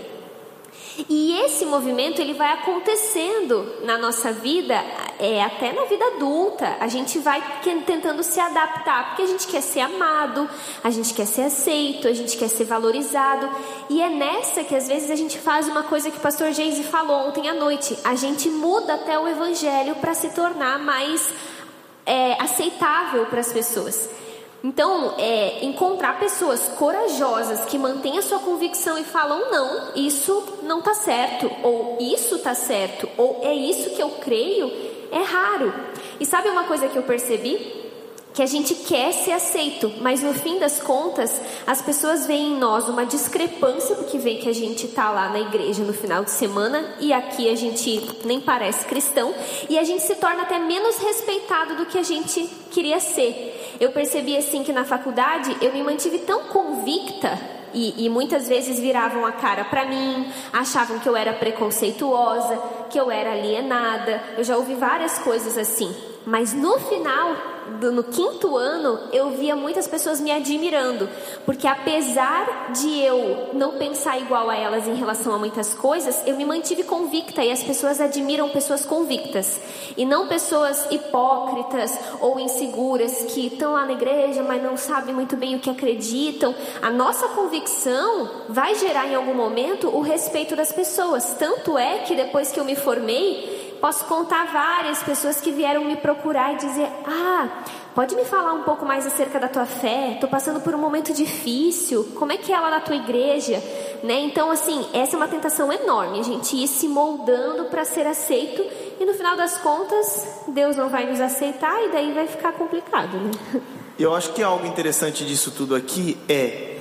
E esse movimento, ele vai acontecendo na nossa vida, até na vida adulta. A gente vai tentando se adaptar, porque a gente quer ser amado, a gente quer ser aceito, a gente quer ser valorizado. E é nessa que às vezes a gente faz uma coisa que o pastor Geise falou ontem à noite. A gente muda até o evangelho para se tornar mais aceitável para as pessoas. Então, encontrar pessoas corajosas que mantêm a sua convicção e falam, não, isso não está certo, ou isso está certo, ou é isso que eu creio, é raro. E sabe uma coisa que eu percebi? que a gente quer ser aceito, mas no fim das contas, as pessoas veem em nós uma discrepância, porque vê que a gente está lá na igreja no final de semana e aqui a gente nem parece cristão, e a gente se torna até menos respeitado do que a gente queria ser. Eu percebi assim que na faculdade eu me mantive tão convicta, e muitas vezes viravam a cara para mim, achavam que eu era preconceituosa, que eu era alienada. Eu já ouvi várias coisas assim, mas no final, no 5º ano, eu via muitas pessoas me admirando, porque apesar de eu não pensar igual a elas em relação a muitas coisas, eu me mantive convicta, e as pessoas admiram pessoas convictas e não pessoas hipócritas ou inseguras que estão lá na igreja, mas não sabem muito bem o que acreditam. A nossa convicção vai gerar em algum momento o respeito das pessoas. Tanto é que depois que eu me formei, posso contar várias pessoas que vieram me procurar e dizer: pode me falar um pouco mais acerca da tua fé? Estou passando por um momento difícil. Como é que é lá na tua igreja? Né? Então, assim, essa é uma tentação enorme, a gente ir se moldando para ser aceito, e no final das contas, Deus não vai nos aceitar, e daí vai ficar complicado, né? Eu acho que algo interessante disso tudo aqui é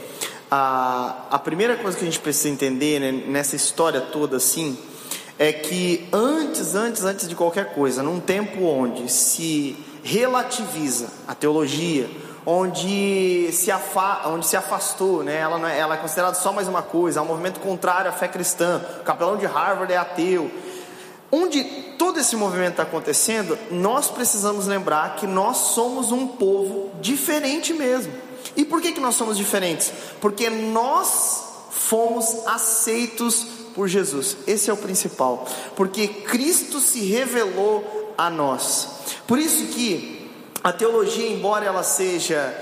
a primeira coisa que a gente precisa entender, né, nessa história toda assim, é que antes de qualquer coisa, num tempo onde se relativiza a teologia, onde se afastou, né? Ela é considerada só mais uma coisa, é um movimento contrário à fé cristã, o capelão de Harvard é ateu, onde todo esse movimento está acontecendo, nós precisamos lembrar que nós somos um povo diferente mesmo. E por que nós somos diferentes? Porque nós fomos aceitos por Jesus. Esse é o principal, porque Cristo se revelou a nós. Por isso que a teologia, embora ela seja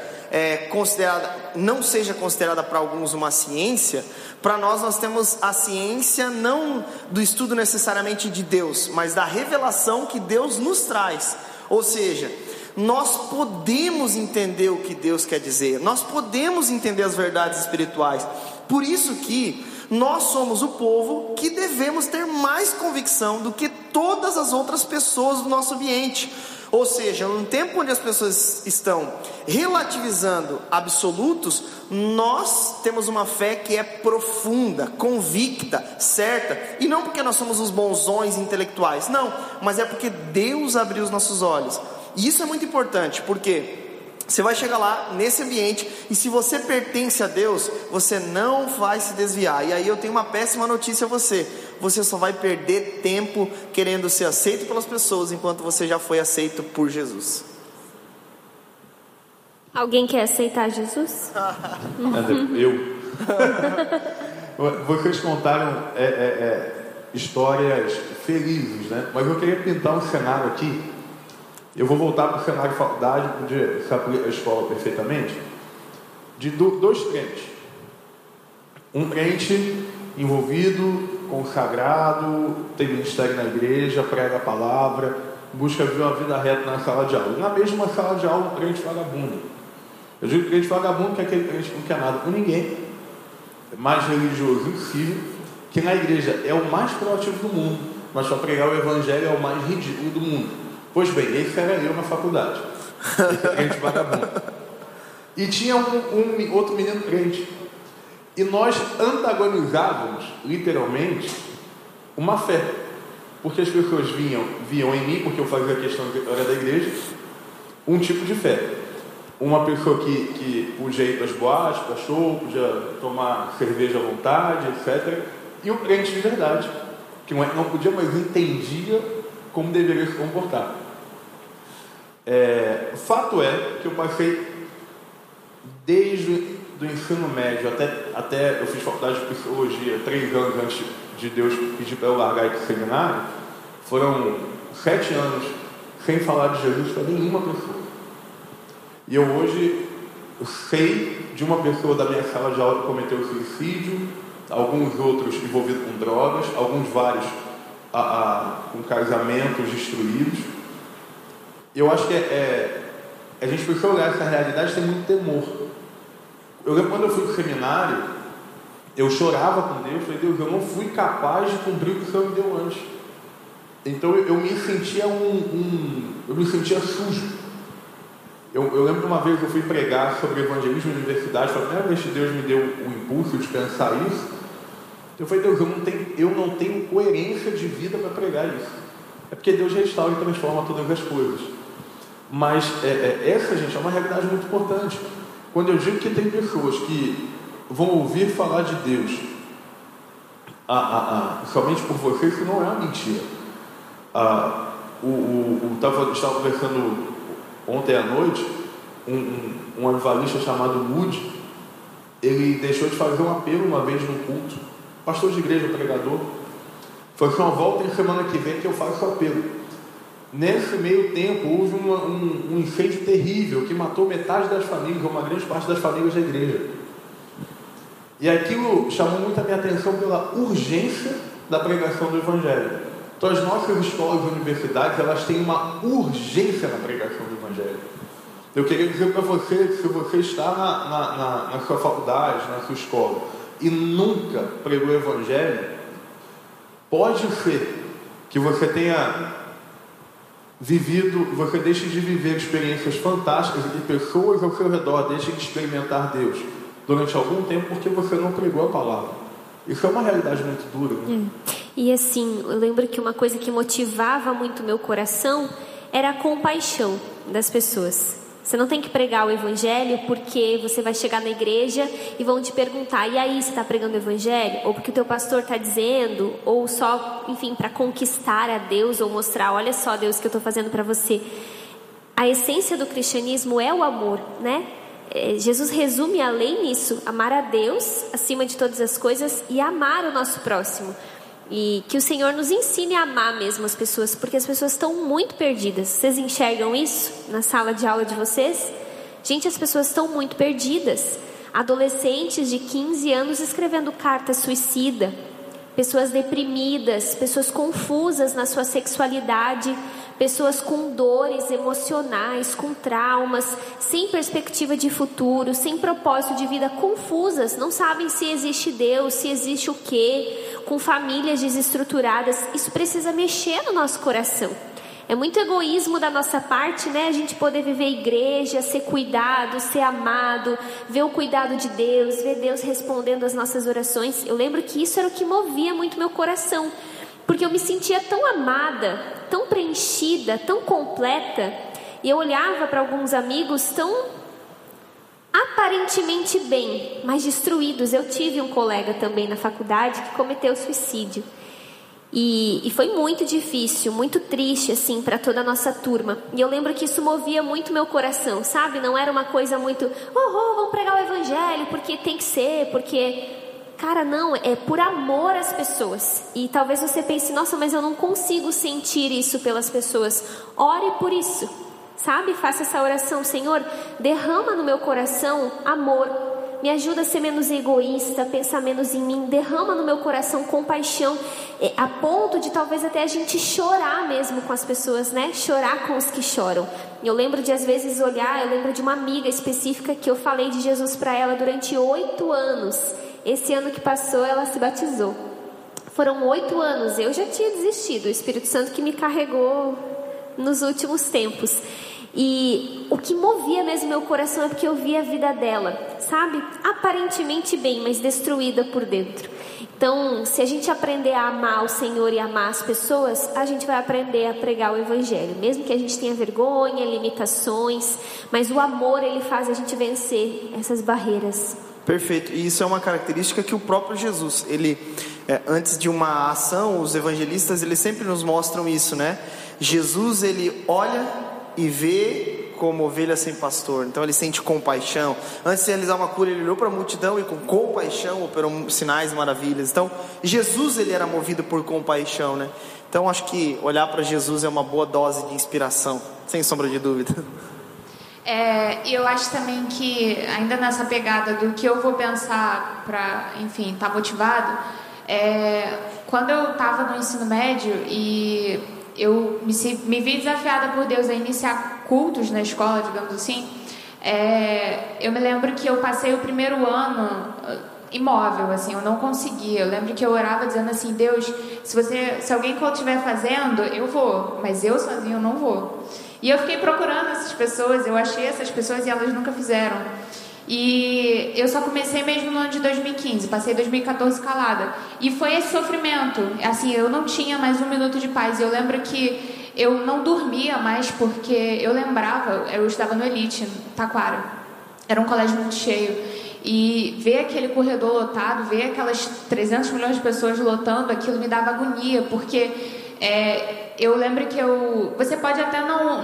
não seja considerada para alguns uma ciência, para nós temos a ciência não do estudo necessariamente de Deus, mas da revelação que Deus nos traz. Ou seja, nós podemos entender o que Deus quer dizer, nós podemos entender as verdades espirituais. Por isso que nós somos o povo que devemos ter mais convicção do que todas as outras pessoas do nosso ambiente. Ou seja, num tempo onde as pessoas estão relativizando absolutos, nós temos uma fé que é profunda, convicta, certa, e não porque nós somos os bonzões intelectuais, não, mas é porque Deus abriu os nossos olhos. E isso é muito importante, porque você vai chegar lá nesse ambiente, e se você pertence a Deus, você não vai se desviar. E aí eu tenho uma péssima notícia a você: você só vai perder tempo querendo ser aceito pelas pessoas, enquanto você já foi aceito por Jesus. Alguém quer aceitar Jesus? Eu. Vocês contaram histórias felizes, né? Mas eu queria pintar um cenário aqui. Eu vou voltar para o cenário de faculdade, podia saber a escola perfeitamente, de dois crentes. Um crente envolvido, consagrado, tem ministério na igreja, prega a palavra, busca viver uma vida reta na sala de aula. E na mesma sala de aula, um crente vagabundo. Eu digo crente vagabundo que é aquele crente que não quer nada com ninguém, é mais religioso impossível, que na igreja é o mais proativo do mundo, mas para pregar o evangelho é o mais ridículo do mundo. Pois bem, esse era eu na faculdade, esse crente vagabundo. E tinha um outro menino crente. E nós antagonizávamos, literalmente, uma fé. Porque as pessoas viam em mim, porque eu fazia questão de vitória da igreja, um tipo de fé. Uma pessoa que podia ir para as boates, para show, podia tomar cerveja à vontade, etc. E um crente de verdade, que não podia, mas entendia como deveria se comportar. Fato é que eu passei desde do ensino médio até eu fiz faculdade de psicologia 3 anos antes de Deus pedir para eu largar esse seminário. Foram 7 anos sem falar de Jesus para nenhuma pessoa. E eu hoje sei de uma pessoa da minha sala de aula que cometeu suicídio, alguns outros envolvidos com drogas, alguns vários com casamentos destruídos. Eu acho que a gente precisa olhar essa realidade sem muito temor. Eu lembro quando eu fui para o seminário, eu chorava com Deus, falei: Deus, eu não fui capaz de cumprir o que o Senhor me deu antes. Então eu me sentia eu me sentia sujo. Eu lembro de uma vez que eu fui pregar sobre evangelismo na universidade, foi a primeira vez que Deus me deu o impulso de pensar isso. Eu falei, Deus, eu não tenho coerência de vida para pregar isso. É porque Deus restaura e transforma todas as coisas. Mas essa, gente, é uma realidade muito importante. Quando eu digo que tem pessoas que vão ouvir falar de Deus somente por você, isso não é uma mentira. Estava conversando ontem à noite, um avivalista chamado Wood, ele deixou de fazer um apelo uma vez no culto, pastor de igreja, pregador, foi uma volta em semana que vem que eu faço o apelo. Nesse meio tempo houve um incêndio terrível que matou metade das famílias, ou uma grande parte das famílias da igreja, e aquilo chamou muito a minha atenção pela urgência da pregação do Evangelho. Então as nossas escolas e universidades, elas têm uma urgência na pregação do Evangelho. Eu queria dizer para você que se você está na sua faculdade, na sua escola, e nunca pregou o Evangelho, pode ser que você tenha você deixe de viver experiências fantásticas e pessoas ao seu redor deixem de experimentar Deus durante algum tempo porque você não pregou a palavra. Isso é uma realidade muito dura, né? E assim, eu lembro que uma coisa que motivava muito o meu coração era a compaixão das pessoas. Você não tem que pregar o evangelho porque você vai chegar na igreja e vão te perguntar, e aí, você está pregando o evangelho? Ou porque o teu pastor está dizendo, ou só, enfim, para conquistar a Deus, ou mostrar, olha só, Deus, que eu estou fazendo para você. A essência do cristianismo é o amor, né? Jesus resume a lei nisso: amar a Deus acima de todas as coisas e amar o nosso próximo. E que o Senhor nos ensine a amar mesmo as pessoas, porque as pessoas estão muito perdidas. Vocês enxergam isso na sala de aula de vocês? Gente, as pessoas estão muito perdidas. Adolescentes de 15 anos escrevendo carta suicida, pessoas deprimidas, pessoas confusas na sua sexualidade, pessoas com dores emocionais, com traumas, sem perspectiva de futuro, sem propósito de vida, confusas, não sabem se existe Deus, se existe o quê, com famílias desestruturadas. Isso precisa mexer no nosso coração. É muito egoísmo da nossa parte, né? A gente poder viver igreja, ser cuidado, ser amado, ver o cuidado de Deus, ver Deus respondendo às nossas orações. Eu lembro que isso era o que movia muito meu coração, porque eu me sentia tão amada, tão preenchida, tão completa, e eu olhava para alguns amigos tão aparentemente bem, mas destruídos. Eu tive um colega também na faculdade que cometeu suicídio, e foi muito difícil, muito triste assim para toda a nossa turma. E eu lembro que isso movia muito meu coração, sabe? Não era uma coisa muito, vamos pregar o evangelho porque tem que ser, porque... Cara, não, é por amor às pessoas. E talvez você pense, nossa, mas eu não consigo sentir isso pelas pessoas. Ore por isso, sabe? Faça essa oração: Senhor, derrama no meu coração amor. Me ajuda a ser menos egoísta, pensar menos em mim. Derrama no meu coração compaixão, a ponto de talvez até a gente chorar mesmo com as pessoas, né? Chorar com os que choram. Eu lembro de às vezes olhar, eu lembro de uma amiga específica que eu falei de Jesus para ela durante 8 anos. Esse ano que passou, ela se batizou. Foram 8 anos, eu já tinha desistido. O Espírito Santo que me carregou nos últimos tempos. E o que movia mesmo meu coração é porque eu via a vida dela, sabe? Aparentemente bem, mas destruída por dentro. Então, se a gente aprender a amar o Senhor e amar as pessoas, a gente vai aprender a pregar o Evangelho. Mesmo que a gente tenha vergonha, limitações, mas o amor, ele faz a gente vencer essas barreiras. Perfeito, e isso é uma característica que o próprio Jesus, antes de uma ação, os evangelistas, eles sempre nos mostram isso, né? Jesus, ele olha e vê como ovelha sem pastor, então ele sente compaixão. Antes de realizar uma cura, ele olhou para a multidão e com compaixão operou sinais e maravilhas. Então, Jesus, ele era movido por compaixão, né? Então, acho que olhar para Jesus é uma boa dose de inspiração, sem sombra de dúvida. E eu acho também que, ainda nessa pegada do que eu vou pensar para, enfim, estar motivado, quando eu estava no ensino médio e eu me vi desafiada por Deus a iniciar cultos na escola, digamos assim, eu me lembro que eu passei o primeiro ano imóvel, assim, eu não conseguia. Eu lembro que eu orava dizendo assim: Deus, se alguém estiver fazendo, eu vou, mas eu sozinho eu não vou. E eu fiquei procurando essas pessoas, eu achei essas pessoas e elas nunca fizeram. E eu só comecei mesmo no ano de 2015, passei 2014 calada. E foi esse sofrimento, assim, eu não tinha mais 1 minuto de paz. Eu lembro que eu não dormia mais porque eu lembrava, eu estava no Elite, em Taquara. Era um colégio muito cheio. E ver aquele corredor lotado, ver aquelas 300 milhões de pessoas lotando, aquilo me dava agonia, porque eu lembro que você pode até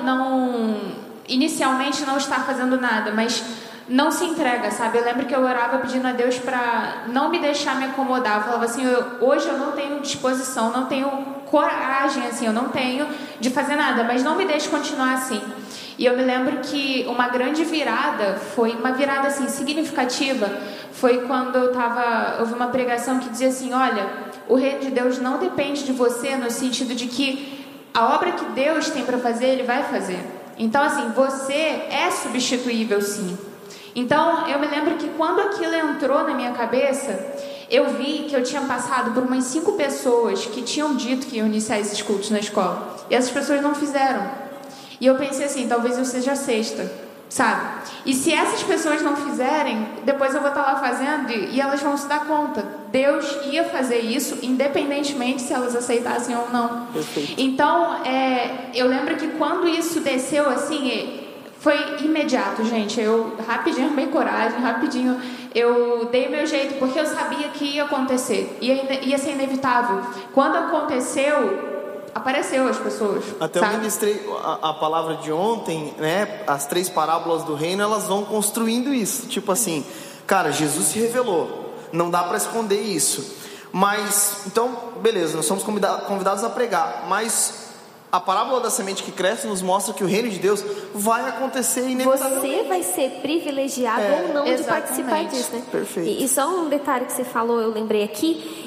inicialmente não estar fazendo nada, mas não se entrega, sabe? Eu lembro que eu orava pedindo a Deus para não me deixar me acomodar. Eu falava assim, hoje eu não tenho disposição, não tenho coragem, assim, eu não tenho de fazer nada, mas não me deixe continuar assim. E eu me lembro que uma grande virada, foi uma virada assim, significativa, foi quando eu ouvi uma pregação que dizia assim, olha, o reino de Deus não depende de você, no sentido de que a obra que Deus tem para fazer, Ele vai fazer. Então, assim, você é substituível, sim. Então, eu me lembro que quando aquilo entrou na minha cabeça, eu vi que eu tinha passado por umas 5 pessoas que tinham dito que iam iniciar esses cultos na escola. E essas pessoas não fizeram. E eu pensei assim, talvez eu seja a 6ª, sabe? E se essas pessoas não fizerem, depois eu vou estar lá fazendo e elas vão se dar conta. Deus ia fazer isso, independentemente se elas aceitassem ou não. Perfeito. Então, eu lembro que quando isso desceu, assim, foi imediato, gente. Eu rapidinho arrumei coragem, rapidinho eu dei meu jeito, porque eu sabia que ia acontecer, ia ser inevitável. Quando aconteceu, apareceu as pessoas. Até sabe? eu ministrei a palavra de ontem, né? As 3 parábolas do reino, elas vão construindo isso. Tipo assim, cara, Jesus se revelou, não dá para esconder isso. Mas, então, beleza, nós somos convidados a pregar, mas a parábola da semente que cresce nos mostra que o reino de Deus vai acontecer inevitavelmente. Você vai ser privilegiado ou não de participar disso, né? Perfeito. E só um detalhe que você falou, eu lembrei aqui,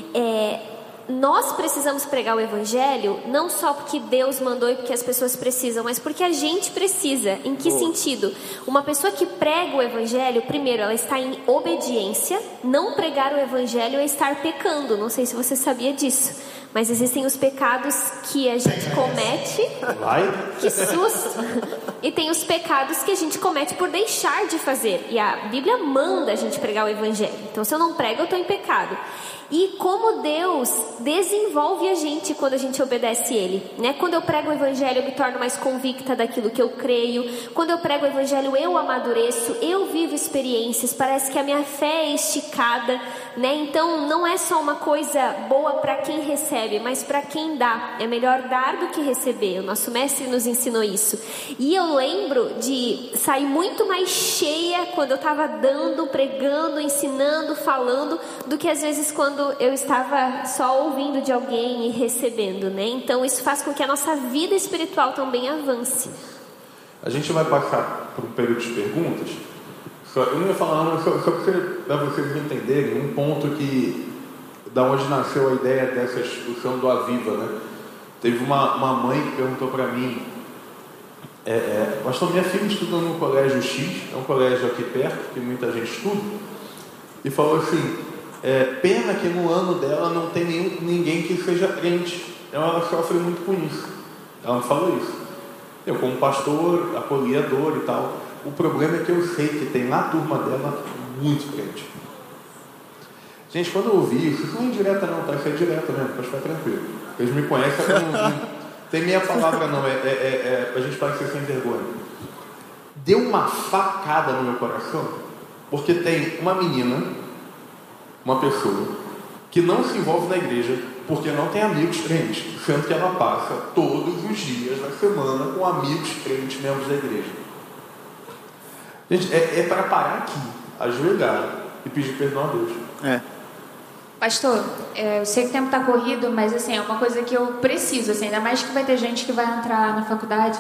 nós precisamos pregar o Evangelho não só porque Deus mandou e porque as pessoas precisam, mas porque a gente precisa. Em que sentido? Uma pessoa que prega o Evangelho, primeiro, ela está em obediência. Não pregar o Evangelho é estar pecando. Não sei se você sabia disso, mas existem os pecados que a gente comete. Que susto! E tem os pecados que a gente comete por deixar de fazer. E a Bíblia manda a gente pregar o Evangelho. Então, se eu não prego, eu estou em pecado. E como Deus desenvolve a gente quando a gente obedece Ele, né? Quando eu prego o Evangelho, eu me torno mais convicta daquilo que eu creio. Quando eu prego o Evangelho, eu amadureço, eu vivo experiências. Parece que a minha fé é esticada, né? Então, não é só uma coisa boa para quem recebe, mas para quem dá. É melhor dar do que receber. O nosso mestre nos ensinou isso. E eu lembro de sair muito mais cheia quando eu estava dando, pregando, ensinando, falando, do que às vezes quando eu estava só ouvindo de alguém e recebendo, né? Então isso faz com que a nossa vida espiritual também avance. A gente vai passar por um período de perguntas. Eu não ia falar não, só para vocês entenderem um ponto da onde nasceu a ideia dessa instituição do Aviva, né? Teve uma mãe que perguntou para mim, pastor, minha filha estuda no colégio X, é um colégio aqui perto, que muita gente estuda, e falou assim, pena que no ano dela não tem ninguém que seja crente. Ela sofre muito com isso. Ela me falou isso. Eu, como pastor, apoiador e tal, o problema é que eu sei que tem na turma dela muito crente. Gente, quando eu ouvi isso não é indireta não, tá? Isso é direta mesmo, pode ficar tranquilo. Eles me conhecem, não tem meia palavra não, a gente parecer sem vergonha. Deu uma facada no meu coração, porque tem uma menina, uma pessoa que não se envolve na igreja porque não tem amigos crentes, sendo que ela passa todos os dias da semana com amigos crentes, membros da igreja. Gente, é para parar aqui, ajoelhar e pedir perdão a Deus. Pastor, eu sei que o tempo está corrido, mas assim, é uma coisa que eu preciso, assim, ainda mais que vai ter gente que vai entrar na faculdade.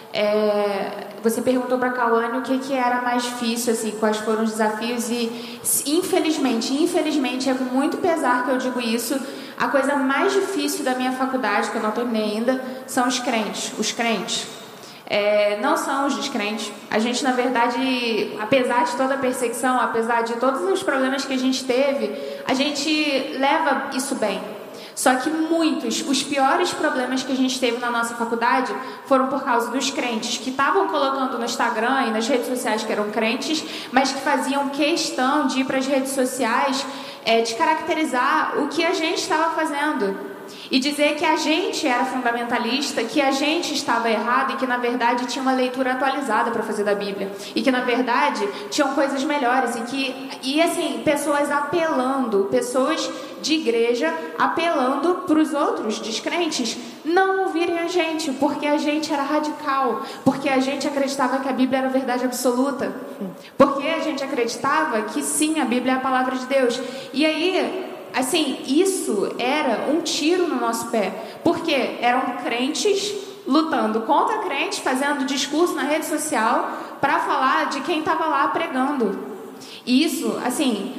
Você perguntou para a Cauane o que era mais difícil, assim, quais foram os desafios, e infelizmente é com muito pesar que eu digo isso, a coisa mais difícil da minha faculdade, que eu não terminei ainda, são os crentes. Não são os descrentes. A gente, na verdade, apesar de toda a perseguição, apesar de todos os problemas que a gente teve, a gente leva isso bem. Só que os piores problemas que a gente teve na nossa faculdade foram por causa dos crentes que estavam colocando no Instagram e nas redes sociais que eram crentes, mas que faziam questão de ir para as redes sociais descaracterizar o que a gente estava fazendo. E dizer que a gente era fundamentalista, que a gente estava errado e que, na verdade, tinha uma leitura atualizada para fazer da Bíblia. E que, na verdade, tinham coisas melhores. E assim, pessoas apelando, pessoas de igreja apelando para os outros descrentes não ouvirem a gente, porque a gente era radical, porque a gente acreditava que a Bíblia era a verdade absoluta, porque a gente acreditava que, sim, a Bíblia é a palavra de Deus. E aí... assim, isso era um tiro no nosso pé, porque eram crentes lutando contra crentes, fazendo discurso na rede social para falar de quem estava lá pregando. E isso, assim,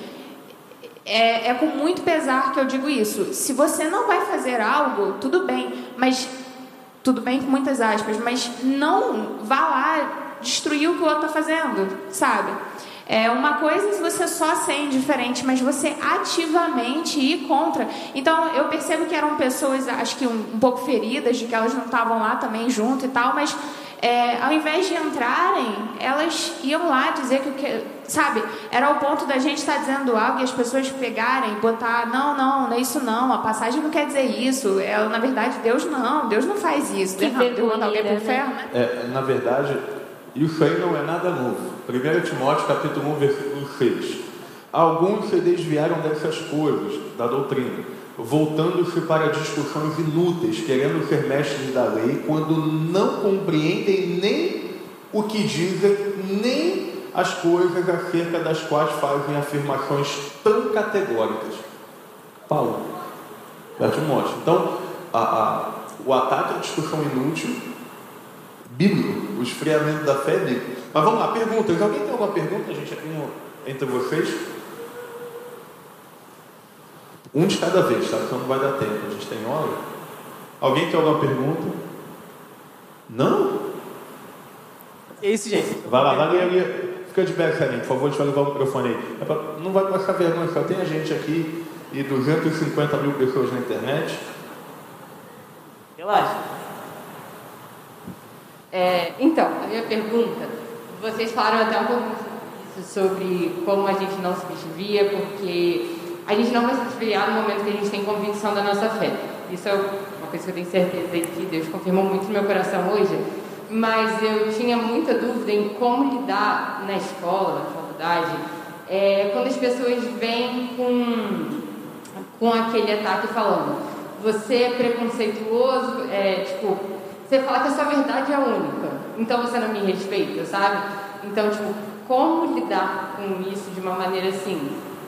é com muito pesar que eu digo isso. Se você não vai fazer algo, tudo bem, mas tudo bem com muitas aspas, mas não vá lá destruir o que o outro está fazendo, sabe? Uma coisa se você só ser indiferente, mas você ativamente ir contra. Então, eu percebo que eram pessoas, acho que um pouco feridas, de que elas não estavam lá também junto e tal, mas ao invés de entrarem, elas iam lá dizer que sabe, era o ponto da gente estar dizendo algo e as pessoas pegarem, botar, não é isso não, a passagem não quer dizer isso, na verdade, Deus não faz isso. Deus manda alguém para o inferno, né? Na verdade... isso aí não é nada novo. 1 Timóteo capítulo 1, versículo 6. Alguns se desviaram dessas coisas, da doutrina, voltando-se para discussões inúteis, querendo ser mestres da lei, quando não compreendem nem o que dizem, nem as coisas acerca das quais fazem afirmações tão categóricas. Paulo, para Timóteo. Então, o ataque à discussão inútil bíblico, o esfriamento da fé é bíblico. Mas vamos lá, perguntas. Alguém tem alguma pergunta, gente, aqui entre vocês? Um de cada vez, tá? Então não vai dar tempo, a gente tem hora. Alguém tem alguma pergunta? Não? É isso, gente. Vai lá, fica de pé, carinho, por favor, deixa eu levar o microfone aí. Não vai passar vergonha, só tem a gente aqui e 250 mil pessoas na internet. Relaxa. Então, a minha pergunta, vocês falaram até um pouco sobre como a gente não se desvia, porque a gente não vai se desviar no momento que a gente tem convicção da nossa fé. Isso é uma coisa que eu tenho certeza que Deus confirmou muito no meu coração hoje, mas eu tinha muita dúvida em como lidar na escola, na faculdade, quando as pessoas vêm com aquele ataque falando, você é preconceituoso, você fala que a sua verdade é única, então você não me respeita, sabe? Então, como lidar com isso de uma maneira assim,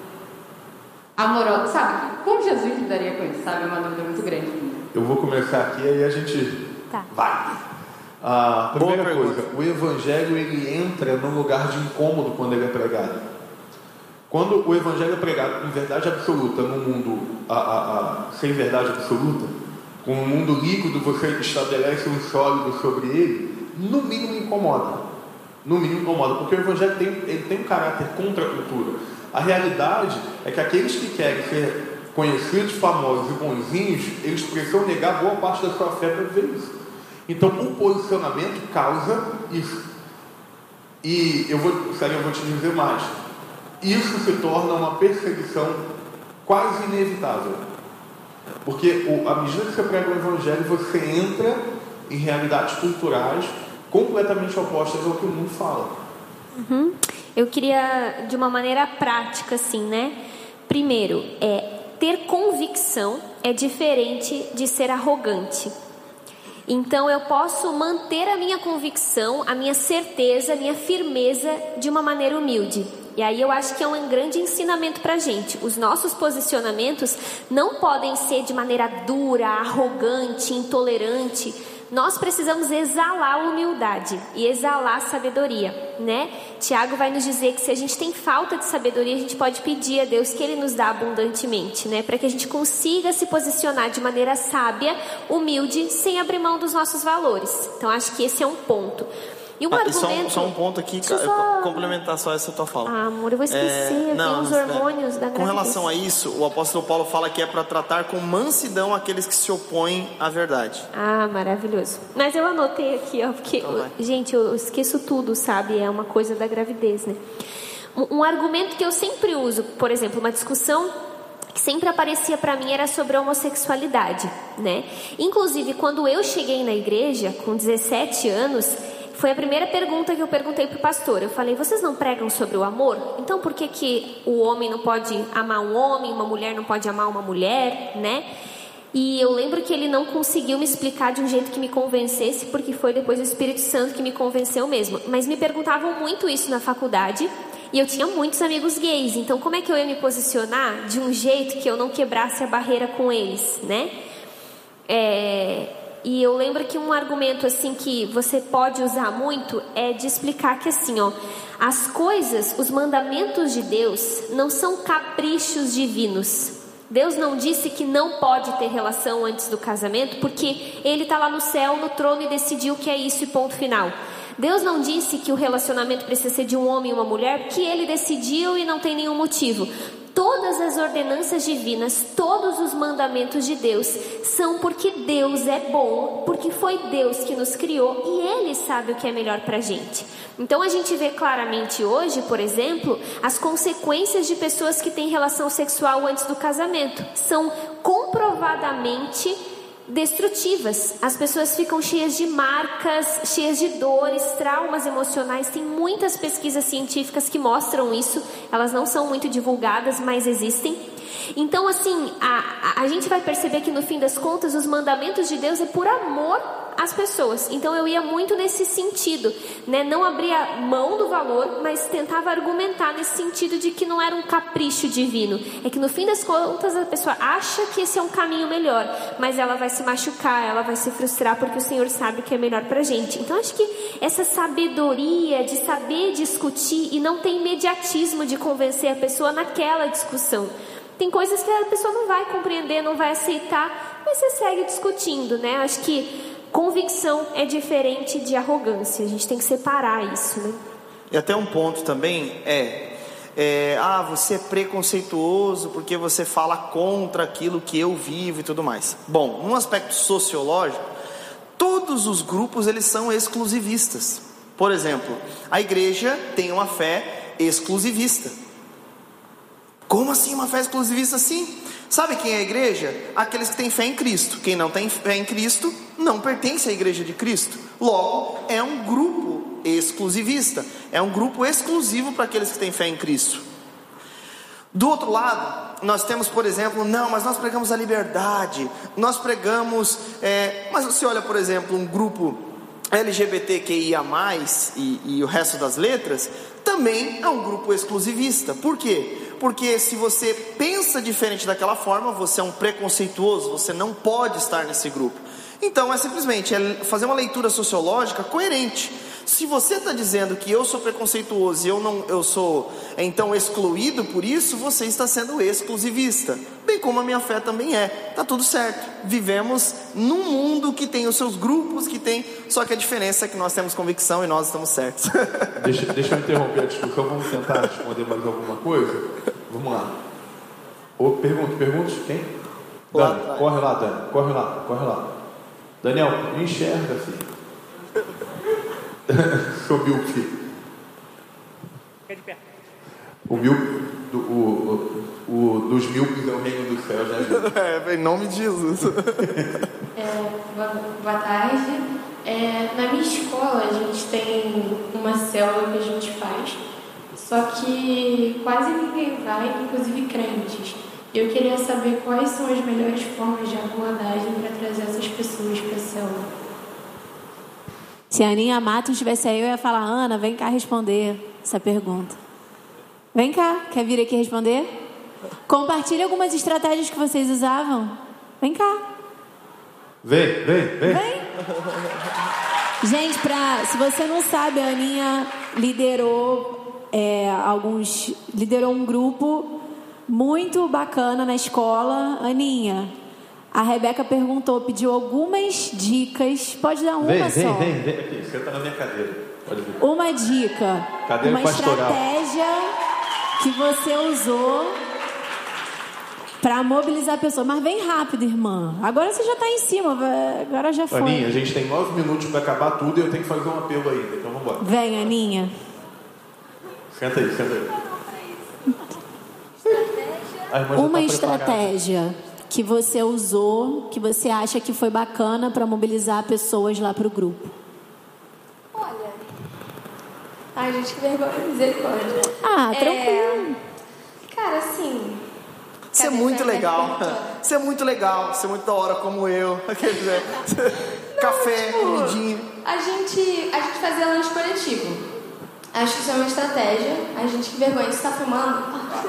amorosa, sabe? Como Jesus lidaria com isso, sabe? É uma dúvida muito grande. Eu vou começar aqui e aí a gente vai. A primeira coisa, o evangelho ele entra num lugar de incômodo quando ele é pregado. Quando o evangelho é pregado em verdade absoluta, num mundo sem verdade absoluta, com um mundo líquido, você estabelece um sólido sobre ele, no mínimo incomoda. No mínimo incomoda, porque o evangelho tem um caráter contra a cultura. A realidade é que aqueles que querem ser conhecidos, famosos e bonzinhos, eles precisam negar boa parte da sua fé para ver isso. Então, o posicionamento causa isso. E eu vou te dizer mais. Isso se torna uma perseguição quase inevitável. Porque à medida que você prega o evangelho, você entra em realidades culturais completamente opostas ao que o mundo fala. Eu queria, de uma maneira prática, assim, né? Primeiro, ter convicção é diferente de ser arrogante. Então, eu posso manter a minha convicção, a minha certeza, a minha firmeza de uma maneira humilde. E aí eu acho que é um grande ensinamento pra gente. Os nossos posicionamentos não podem ser de maneira dura, arrogante, intolerante. Nós precisamos exalar humildade e exalar sabedoria, né? Tiago vai nos dizer que se a gente tem falta de sabedoria, a gente pode pedir a Deus que Ele nos dá abundantemente, né? Para que a gente consiga se posicionar de maneira sábia, humilde, sem abrir mão dos nossos valores. Então, acho que esse é um ponto. E um argumento... Só um ponto aqui, complementar só essa tua fala. Ah, amor, eu vou esquecer, tem os hormônios da gravidez. Com relação a isso, o apóstolo Paulo fala que é para tratar com mansidão aqueles que se opõem à verdade. Ah, maravilhoso. Mas eu anotei aqui, ó, porque, gente, eu esqueço tudo, sabe? É uma coisa da gravidez, né? Um argumento que eu sempre uso, por exemplo, uma discussão que sempre aparecia para mim era sobre a homossexualidade, né? Inclusive, quando eu cheguei na igreja, com 17 anos, foi a primeira pergunta que eu perguntei pro pastor. Eu falei, vocês não pregam sobre o amor? Então por que o homem não pode amar um homem, uma mulher não pode amar uma mulher, né? E eu lembro que ele não conseguiu me explicar de um jeito que me convencesse, porque foi depois o Espírito Santo que me convenceu mesmo. Mas me perguntavam muito isso na faculdade, e eu tinha muitos amigos gays, então como é que eu ia me posicionar de um jeito que eu não quebrasse a barreira com eles, né? E eu lembro que um argumento assim que você pode usar muito é de explicar que assim, ó, as coisas, os mandamentos de Deus não são caprichos divinos. Deus não disse que não pode ter relação antes do casamento, porque Ele está lá no céu, no trono, e decidiu que é isso e ponto final. Deus não disse que o relacionamento precisa ser de um homem e uma mulher, que Ele decidiu e não tem nenhum motivo. Todas as ordenanças divinas, todos os mandamentos de Deus são porque Deus é bom, porque foi Deus que nos criou e Ele sabe o que é melhor pra gente. Então a gente vê claramente hoje, por exemplo, as consequências de pessoas que têm relação sexual antes do casamento. São comprovadamente destrutivas. As pessoas ficam cheias de marcas, cheias de dores, traumas emocionais. Tem muitas pesquisas científicas que mostram isso. Elas não são muito divulgadas, mas existem. Então, assim, a gente vai perceber que no fim das contas os mandamentos de Deus é por amor às pessoas. Então eu ia muito nesse sentido, né? Não abria mão do valor, mas tentava argumentar nesse sentido de que não era um capricho divino. É que no fim das contas a pessoa acha que esse é um caminho melhor, mas ela vai se machucar, ela vai se frustrar, porque o Senhor sabe o que é melhor pra gente. Então acho que essa sabedoria de saber discutir e não ter imediatismo de convencer a pessoa naquela discussão. Tem coisas que a pessoa não vai compreender, não vai aceitar, mas você segue discutindo, né? Acho que convicção é diferente de arrogância. A gente tem que separar isso, né? E até um ponto também você é preconceituoso porque você fala contra aquilo que eu vivo e tudo mais. Bom, num aspecto sociológico, todos os grupos eles são exclusivistas. Por exemplo, a igreja tem uma fé exclusivista. Como assim uma fé exclusivista assim? Sabe quem é a igreja? Aqueles que têm fé em Cristo. Quem não tem fé em Cristo não pertence à igreja de Cristo. Logo, é um grupo exclusivista. É um grupo exclusivo para aqueles que têm fé em Cristo. Do outro lado, nós temos, por exemplo, mas nós pregamos a liberdade. Nós pregamos... mas você olha, por exemplo, um grupo LGBTQIA+, e o resto das letras, também é um grupo exclusivista. Por quê? Porque se você pensa diferente daquela forma, você é um preconceituoso, você não pode estar nesse grupo. Então é simplesmente fazer uma leitura sociológica coerente. Se você está dizendo que eu sou preconceituoso e eu sou então excluído por isso, você está sendo exclusivista. Bem como a minha fé também é. Tá tudo certo. Vivemos num mundo que tem os seus grupos, só que a diferença é que nós temos convicção e nós estamos certos. Deixa eu interromper a discussão. Vamos tentar responder mais alguma coisa? Vamos lá. Pergunte quem? Dani, corre lá, Dani. Corre lá. Daniel, me enxerga, filho. O míope. Fica de pé. O míope, dos míopes é o reino dos céus, né? Em nome de Jesus. Boa tarde. Na minha escola a gente tem uma célula que a gente faz, só que quase ninguém vai, inclusive crentes. Eu queria saber quais são as melhores formas de abordagem para trazer essas pessoas para a célula. Se a Aninha Matos estivesse aí, eu ia falar: Ana, vem cá responder essa pergunta. Vem cá, quer vir aqui responder? Compartilhe algumas estratégias que vocês usavam. Vem cá. Vem. Gente, se você não sabe, a Aninha liderou um grupo muito bacana na escola. Aninha, a Rebeca pediu algumas dicas. Pode dar uma só. Vem aqui, senta na minha cadeira. Uma dica, Cadeira uma pastoral. estratégia que você usou para mobilizar a pessoa. Mas vem rápido, irmã. Agora você já está em cima, agora já foi. Aninha, a gente tem 9 minutos para acabar tudo e eu tenho que fazer um apelo ainda, então vamos embora. Vem, Aninha. Senta aí. Uma estratégia que você usou, que você acha que foi bacana para mobilizar pessoas lá para o grupo. Olha. Ai, gente, que vergonha, misericórdia. Tranquilo. Cara, assim... Você é muito legal. Você é muito legal. Você é muito da hora como eu. Café, comidinha. A gente fazia lanche coletivo. Acho que isso é uma estratégia. A gente, que vergonha, você tá filmando?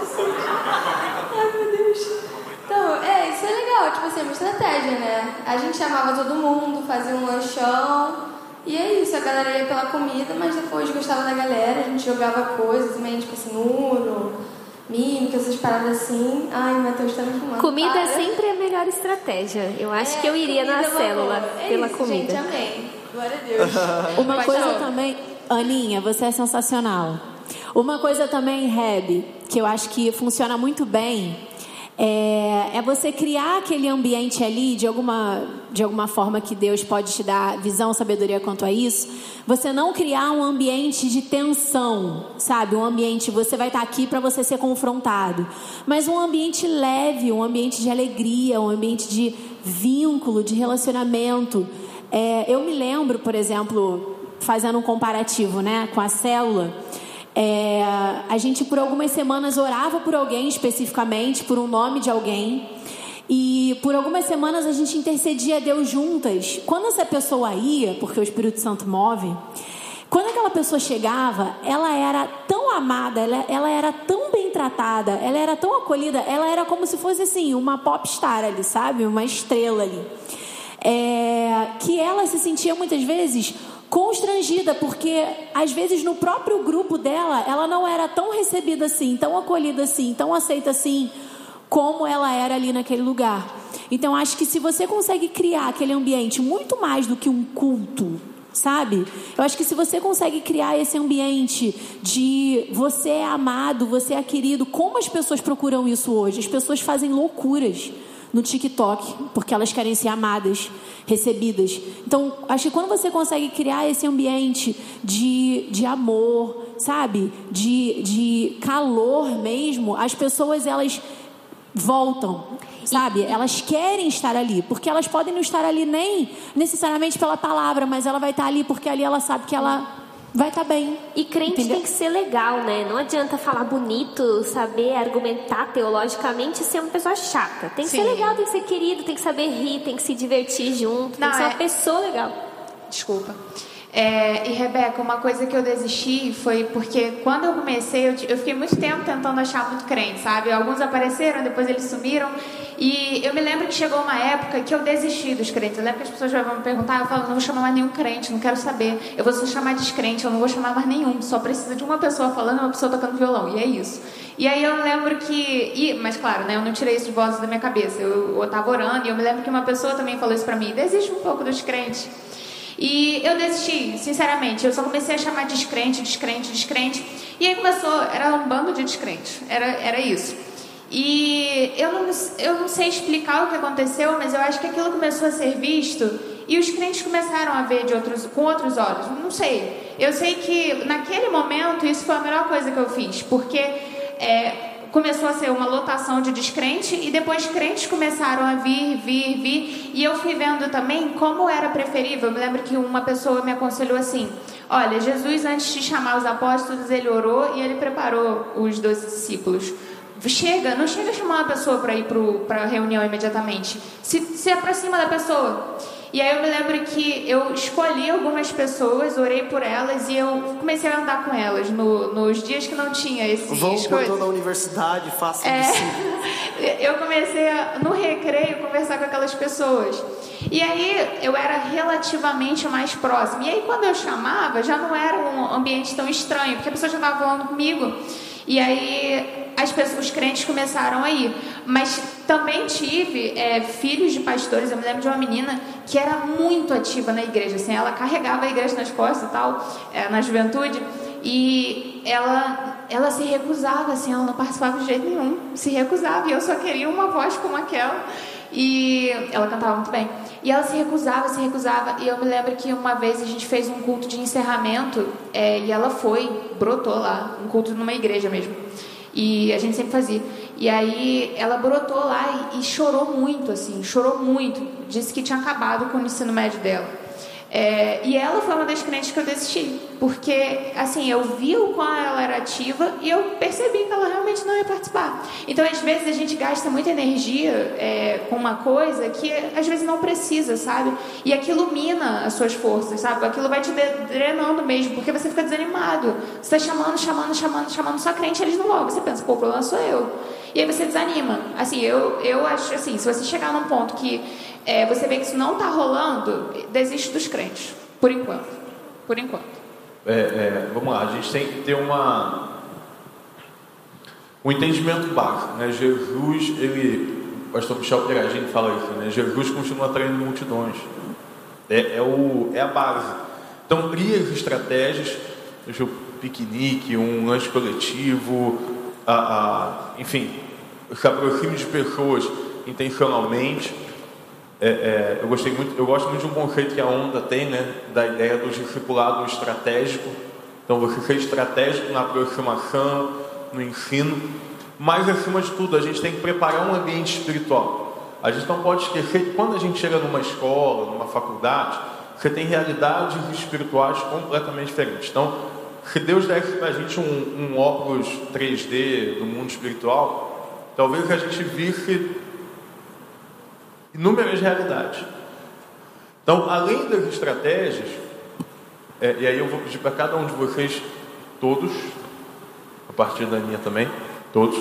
Ai, meu Deus. Então, isso é legal. Tipo assim, é uma estratégia, né? A gente chamava todo mundo, fazia um lanchão. E é isso, a galera ia pela comida, mas depois gostava da galera. A gente jogava coisas, meio tipo assim, Uno, mímica, essas paradas assim. Ai, o Matheus tá me filmando. Comida é sempre a melhor estratégia. Eu acho que eu iria na célula pela isso, comida. Gente, amém. Glória a Deus. Uma coisa também, Aninha, você é sensacional. Uma coisa também, Reb, que eu acho que funciona muito bem, é você criar aquele ambiente ali, de alguma forma que Deus pode te dar visão, sabedoria quanto a isso. Você não criar um ambiente de tensão, sabe? Um ambiente, você vai estar aqui para você ser confrontado. Mas um ambiente leve, um ambiente de alegria, um ambiente de vínculo, de relacionamento. Eu me lembro, por exemplo, fazendo um comparativo, né, com a célula, a gente por algumas semanas orava por alguém especificamente, por um nome de alguém, e por algumas semanas a gente intercedia a Deus juntas. Quando essa pessoa ia, porque o Espírito Santo move, quando aquela pessoa chegava, ela era tão amada, ela era tão bem tratada, ela era tão acolhida, ela era como se fosse assim, uma popstar ali, sabe? Uma estrela ali. Que ela se sentia muitas vezes constrangida, porque às vezes no próprio grupo dela, ela não era tão recebida assim, tão acolhida assim, tão aceita assim, como ela era ali naquele lugar. Então acho que se você consegue criar aquele ambiente muito mais do que um culto, sabe? Eu acho que se você consegue criar esse ambiente de você é amado, você é querido, como as pessoas procuram isso hoje? As pessoas fazem loucuras no TikTok, porque elas querem ser amadas, recebidas. Então, acho que quando você consegue criar esse ambiente de amor, sabe? De calor mesmo, as pessoas, elas voltam, sabe? Elas querem estar ali, porque elas podem não estar ali nem necessariamente pela palavra, mas ela vai estar ali porque ali ela sabe que ela vai estar bem. E crente, entendeu? Tem que ser legal, né? Não adianta falar bonito, saber argumentar teologicamente e ser uma pessoa chata. Tem que ser legal, tem que ser querido, tem que saber rir, tem que se divertir junto, tem que ser uma pessoa legal. Desculpa. E Rebeca, uma coisa que eu desisti foi porque quando eu comecei, eu fiquei muito tempo tentando achar muito crente, sabe? Alguns apareceram, depois eles sumiram. E eu me lembro que chegou uma época que eu desisti dos crentes. Eu lembro que as pessoas vão me perguntar, eu falo, não vou chamar mais nenhum crente, não quero saber. Eu vou só chamar descrente, eu não vou chamar mais nenhum. Só precisa de uma pessoa falando e uma pessoa tocando violão. E é isso. E aí eu lembro que... Mas claro, né, eu não tirei isso de vozes da minha cabeça. Eu estava orando e eu me lembro que uma pessoa também falou isso pra mim. Desiste um pouco dos crentes. E eu desisti, sinceramente. Eu só comecei a chamar descrente. E aí começou, era um bando de descrentes. Era isso. E eu não sei explicar o que aconteceu, mas eu acho que aquilo começou a ser visto e os crentes começaram a ver com outros olhos. Não sei. Eu sei que naquele momento isso foi a melhor coisa que eu fiz, porque começou a ser uma lotação de descrente e depois crentes começaram a vir. E eu fui vendo também como era preferível. Eu me lembro que uma pessoa me aconselhou assim: olha, Jesus, antes de chamar os apóstolos, ele orou e ele preparou os 12 discípulos. Não chega a chamar uma pessoa para ir para a reunião imediatamente. Se aproxima da pessoa. E aí eu me lembro que eu escolhi algumas pessoas, orei por elas e eu comecei a andar com elas nos dias que não tinha esses coisas. Vão por toda a universidade, faça isso. Eu comecei no recreio conversar com aquelas pessoas. E aí eu era relativamente mais próxima. E aí quando eu chamava, já não era um ambiente tão estranho, porque a pessoa já estava falando comigo. E aí os crentes começaram a ir. Mas também tive filhos de pastores. Eu me lembro de uma menina que era muito ativa na igreja, assim, ela carregava a igreja nas costas e tal, na juventude, e ela se recusava, assim, ela não participava de jeito nenhum, se recusava, e eu só queria uma voz como aquela. E ela cantava muito bem. E ela se recusava. E eu me lembro que uma vez a gente fez um culto de encerramento, e ela brotou lá, um culto numa igreja mesmo. E a gente sempre fazia. E aí ela brotou lá e chorou muito, assim, chorou muito. Disse que tinha acabado com o ensino médio dela. E ela foi uma das crentes que eu desisti, porque assim, eu vi o quão ela era ativa e eu percebi que ela realmente não ia participar. Então às vezes a gente gasta muita energia com uma coisa que às vezes não precisa, sabe? E aquilo mina as suas forças, sabe? Aquilo vai te drenando mesmo, porque você fica desanimado. Você está chamando, só crente eles não vão. Você pensa, pô, o problema sou eu. E aí você desanima. Assim, eu acho assim, se você chegar num ponto que você vê que isso não está rolando, desiste dos crentes, por enquanto. Vamos lá, a gente tem que ter um entendimento básico, né? Jesus, o pastor Michel Peragini fala isso, né? Jesus continua atraindo multidões, é a base. Então cria as estratégias, o piquenique, um lanche coletivo, enfim, se aproxime de pessoas intencionalmente. Eu gosto muito de um conceito que a Onda tem, né, da ideia do discipulado estratégico. Então você ser estratégico na aproximação, no ensino, mas acima de tudo a gente tem que preparar um ambiente espiritual. A gente não pode esquecer que quando a gente chega numa escola, numa faculdade, você tem realidades espirituais completamente diferentes. Então, se Deus desse para a gente um óculos 3D do mundo espiritual, talvez a gente visse inúmeras realidades. Então, além das estratégias, e aí eu vou pedir para cada um de vocês, todos, a partir da minha também, todos,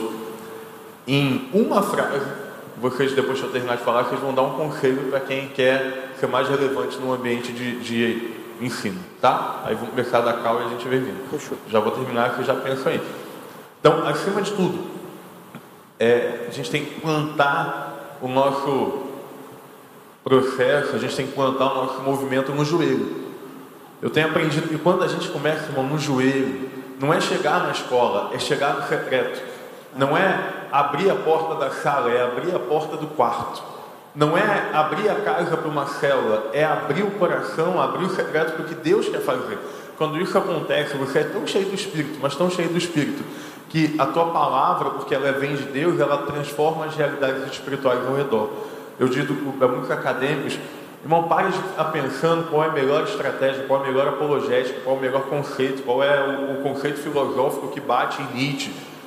em uma frase, vocês, depois que eu terminar de falar, vocês vão dar um conselho para quem quer ser mais relevante no ambiente de ensino, tá? Aí vamos começar da cal e a gente vai vindo. Fechou. Já vou terminar, que eu já penso aí. Então, acima de tudo, a gente tem que plantar o nosso processo, a gente tem que plantar o nosso movimento no joelho. Eu tenho aprendido que quando a gente começa, irmão, no joelho, não é chegar na escola, é chegar no secreto. Não é abrir a porta da sala, é abrir a porta do quarto. Não é abrir a casa para uma célula, é abrir o coração, abrir o secreto para o que Deus quer fazer. Quando isso acontece, você é tão cheio do Espírito, mas tão cheio do Espírito, que a tua palavra, porque ela vem de Deus, ela transforma as realidades espirituais ao redor. Eu digo para muitos acadêmicos, irmão, pare de estar pensando qual é a melhor estratégia, qual é a melhor apologética, qual é o melhor conceito, qual é o conceito filosófico que bate em Nietzsche.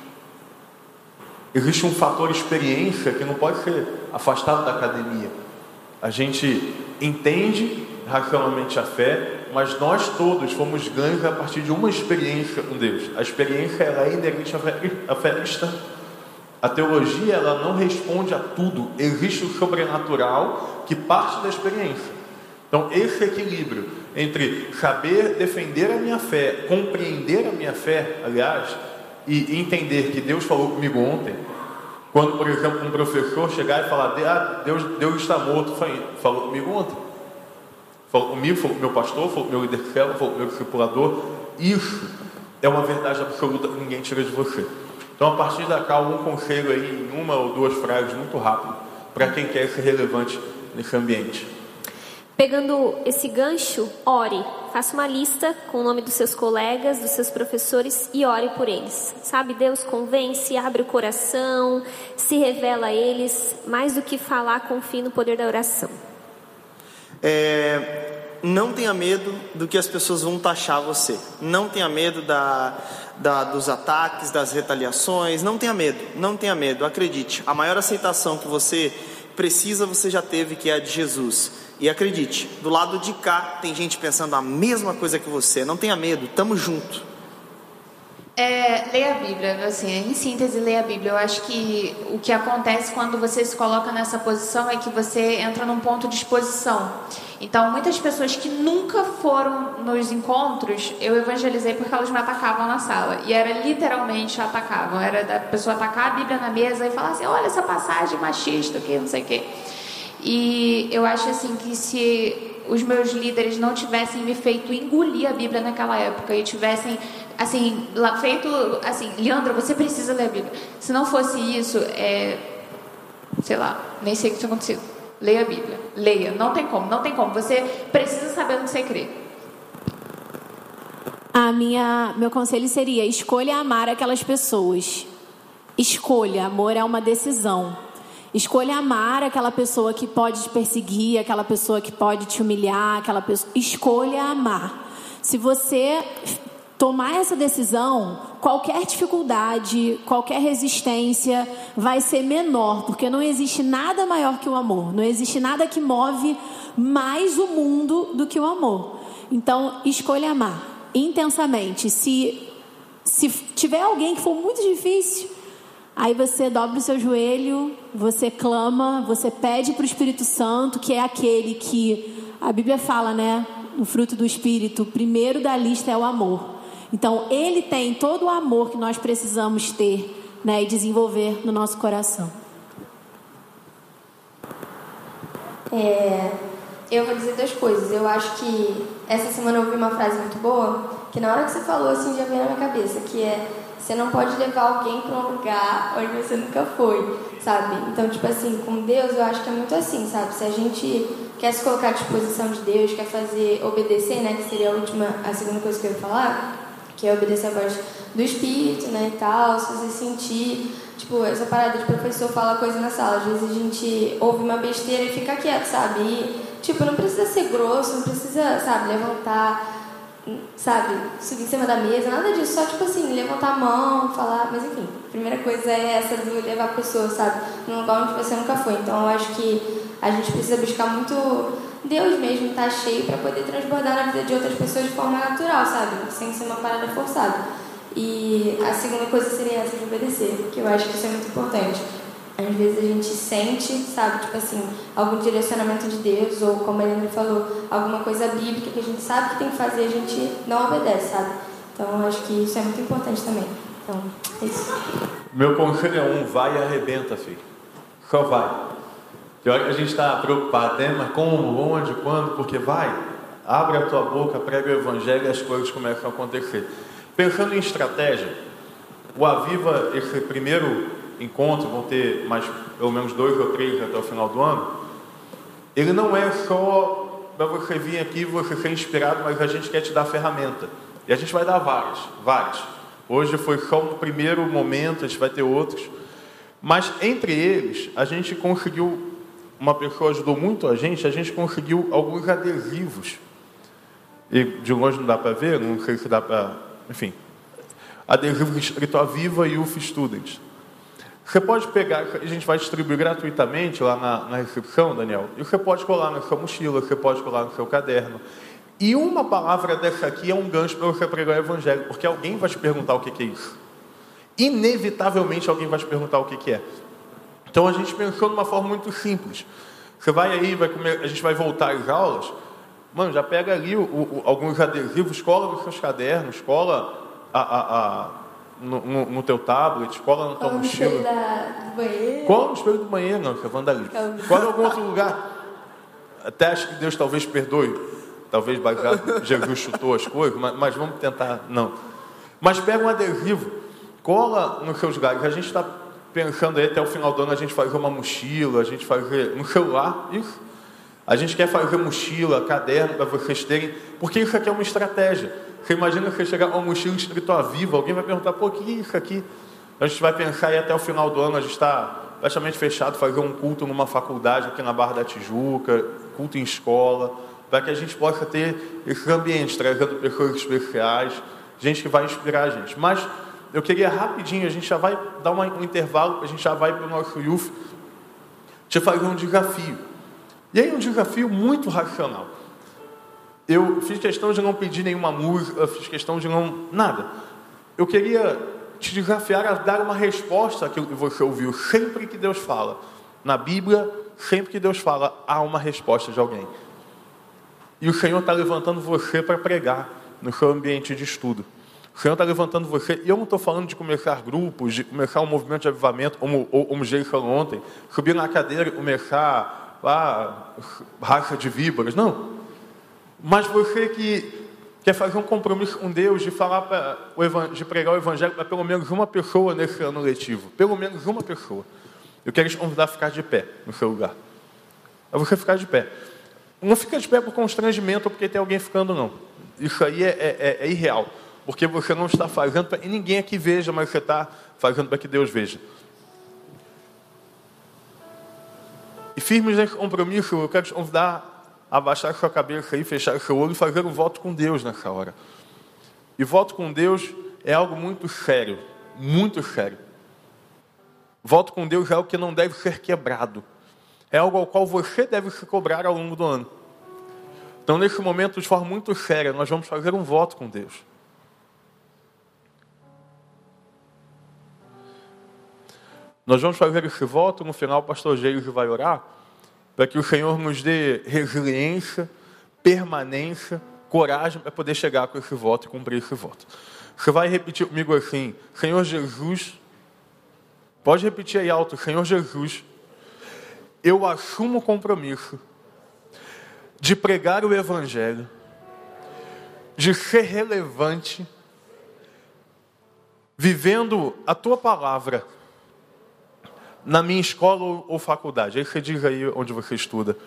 Existe um fator experiência que não pode ser afastado da academia. A gente entende racionalmente a fé, mas nós todos fomos ganhos a partir de uma experiência com Deus. A experiência ela é inerente à fé cristã. A teologia ela não responde a tudo. Existe o sobrenatural que parte da experiência. Então esse equilíbrio entre saber defender a minha fé, compreender a minha fé, aliás, e entender que Deus falou comigo ontem. Quando, por exemplo, um professor chegar e falar, Deus está morto, falou comigo ontem. Falou comigo, falou com meu pastor, falou com meu líder de célula, falou com meu discipulador. Isso é uma verdade absoluta que ninguém tira de você. Então, a partir da cá, um conselho aí em uma ou duas frases muito rápido para quem quer ser relevante nesse ambiente. Pegando esse gancho, ore. Faça uma lista com o nome dos seus colegas, dos seus professores e ore por eles. Sabe, Deus convence, abre o coração, se revela a eles. Mais do que falar, confie no poder da oração. Não tenha medo do que as pessoas vão taxar você. Não tenha medo dos ataques, das retaliações. Não tenha medo, acredite. A maior aceitação que você precisa, você já teve, que é a de Jesus. E acredite, do lado de cá tem gente pensando a mesma coisa que você. Não tenha medo, tamo junto. Leia a Bíblia, assim, em síntese, leia a Bíblia. Eu acho que o que acontece quando você se coloca nessa posição é que você entra num ponto de exposição. Então, muitas pessoas que nunca foram nos encontros, eu evangelizei porque elas me atacavam na sala. E era literalmente atacavam. Era da pessoa atacar a Bíblia na mesa e falar assim, olha essa passagem machista, que não sei o quê. E eu acho assim que se os meus líderes não tivessem me feito engolir a Bíblia naquela época e tivessem assim, feito assim, Leandro, você precisa ler a Bíblia. Se não fosse isso, sei lá, nem sei o que tinha acontecido. Leia a Bíblia, leia, não tem como. Você precisa saber no que você crê. Meu conselho seria: escolha amar aquelas pessoas. Escolha, amor é uma decisão. Escolha amar aquela pessoa que pode te perseguir, aquela pessoa que pode te humilhar, aquela pessoa. Escolha amar. Se você tomar essa decisão, qualquer dificuldade, qualquer resistência vai ser menor, porque não existe nada maior que o amor. Não existe nada que move mais o mundo do que o amor. Então, escolha amar intensamente. Se tiver alguém que for muito difícil, aí você dobra o seu joelho, você clama, você pede para o Espírito Santo, que é aquele que a Bíblia fala, né? No fruto do Espírito, o primeiro da lista é o amor. Então, ele tem todo o amor que nós precisamos ter, né, e desenvolver no nosso coração. Eu vou dizer 2 coisas. Eu acho que essa semana eu ouvi uma frase muito boa, que na hora que você falou, assim, já veio na minha cabeça, que é: você não pode levar alguém para um lugar onde você nunca foi, sabe? Então, tipo assim, com Deus eu acho que é muito assim, sabe? Se a gente quer se colocar à disposição de Deus, quer obedecer, né? Que seria a segunda coisa que eu ia falar, que é obedecer a voz do Espírito, né, e tal. Se você sentir, tipo, essa parada de professor fala coisa na sala, às vezes a gente ouve uma besteira e fica quieto, sabe? E, tipo, não precisa ser grosso, não precisa, sabe, levantar, sabe, subir em cima da mesa, nada disso, só, tipo assim, levantar a mão, falar, mas enfim, a primeira coisa é essa do levar a pessoa, sabe, num lugar onde você nunca foi. Então eu acho que a gente precisa buscar muito Deus mesmo, tá cheio para poder transbordar na vida de outras pessoas de forma natural, sabe, sem ser uma parada forçada. E a segunda coisa seria essa de obedecer, porque eu acho que isso é muito importante. Às vezes a gente sente, sabe, tipo assim, algum direcionamento de Deus, ou como a Helena falou, alguma coisa bíblica que a gente sabe que tem que fazer, a gente não obedece, sabe? Então eu acho que isso é muito importante também. Então, é isso. Meu conselho é vai e arrebenta, filho. Só vai. Pior que a gente está preocupado, né? Mas como, onde, quando, porque vai. Abre a tua boca, prega o evangelho e as coisas começam a acontecer. Pensando em estratégia, o Aviva, esse primeiro encontro, vão ter mais pelo menos 2 ou 3 até o final do ano. Ele não é só para você vir aqui e você ser inspirado, mas a gente quer te dar ferramenta. E a gente vai dar várias. Hoje foi só um primeiro momento, a gente vai ter outros. Mas entre eles, a gente conseguiu, uma pessoa ajudou muito a gente conseguiu alguns adesivos. E de longe não dá para ver, não sei se dá para... Enfim, adesivo escrito Aviva e UF Students. Você pode pegar, a gente vai distribuir gratuitamente lá na recepção, Daniel, e você pode colar na sua mochila, você pode colar no seu caderno. E uma palavra dessa aqui é um gancho para você pregar o evangelho, porque alguém vai te perguntar o que é isso. Inevitavelmente alguém vai te perguntar o que é. Então a gente pensou de uma forma muito simples. Você vai aí, a gente vai voltar às aulas, mano, já pega ali alguns adesivos, cola nos seus cadernos, cola no teu tablet, cola na tua mochila. Cola no espelho do banheiro, não, que é vandalismo. Cola em algum outro lugar. Até acho que Deus talvez perdoe. Talvez Jesus chutou as coisas, mas vamos tentar, não. Mas pega um adesivo, cola nos seus lugares. A gente está pensando aí até o final do ano, a gente fazer uma mochila, a gente fazer no celular, isso. A gente quer fazer mochila, caderno, para vocês terem, porque isso aqui é uma estratégia. Você imagina você chegar com uma mochila escrito Aviva, alguém vai perguntar, pô, o que é isso aqui? A gente vai pensar aí até o final do ano, a gente está praticamente fechado, fazer um culto numa faculdade aqui na Barra da Tijuca, culto em escola, para que a gente possa ter esses ambientes, trazendo pessoas especiais, gente que vai inspirar a gente. Mas eu queria rapidinho, a gente já vai dar um intervalo, a gente já vai para o nosso youth, te fazer um desafio. E aí um desafio muito racional. Eu fiz questão de não pedir nenhuma música, eu fiz questão de não... nada. eu queria te desafiar a dar uma resposta àquilo que você ouviu. Sempre que Deus fala, na Bíblia, sempre que Deus fala, há uma resposta de alguém. E o Senhor está levantando você para pregar no seu ambiente de estudo. O Senhor está levantando você, e eu não estou falando de começar grupos, de começar um movimento de avivamento, como o Jay falou ontem, subir na cadeira e começar raça de víboras, não. Mas você que quer fazer um compromisso com Deus, de falar de pregar o Evangelho para pelo menos uma pessoa nesse ano letivo, pelo menos uma pessoa, eu quero te convidar a ficar de pé no seu lugar. É você ficar de pé. Não fica de pé por constrangimento ou porque tem alguém ficando, não. Isso aí é irreal. Porque você não está fazendo para que ninguém aqui veja, mas você está fazendo para que Deus veja. E firmes nesse compromisso, eu quero te convidar a abaixar sua cabeça aí, fechar seu olho e fazer um voto com Deus nessa hora. E voto com Deus é algo muito sério, muito sério. Voto com Deus é algo que não deve ser quebrado. É algo ao qual você deve se cobrar ao longo do ano. Então, nesse momento, de forma muito séria, nós vamos fazer um voto com Deus. Nós vamos fazer esse voto, no final o pastor Geiro vai orar, para que o Senhor nos dê resiliência, permanência, coragem para poder chegar com esse voto e cumprir esse voto. Você vai repetir comigo assim: Senhor Jesus, pode repetir aí alto, Senhor Jesus, eu assumo o compromisso de pregar o Evangelho, de ser relevante, vivendo a Tua palavra, na minha escola ou faculdade. Aí você diz aí onde você estuda.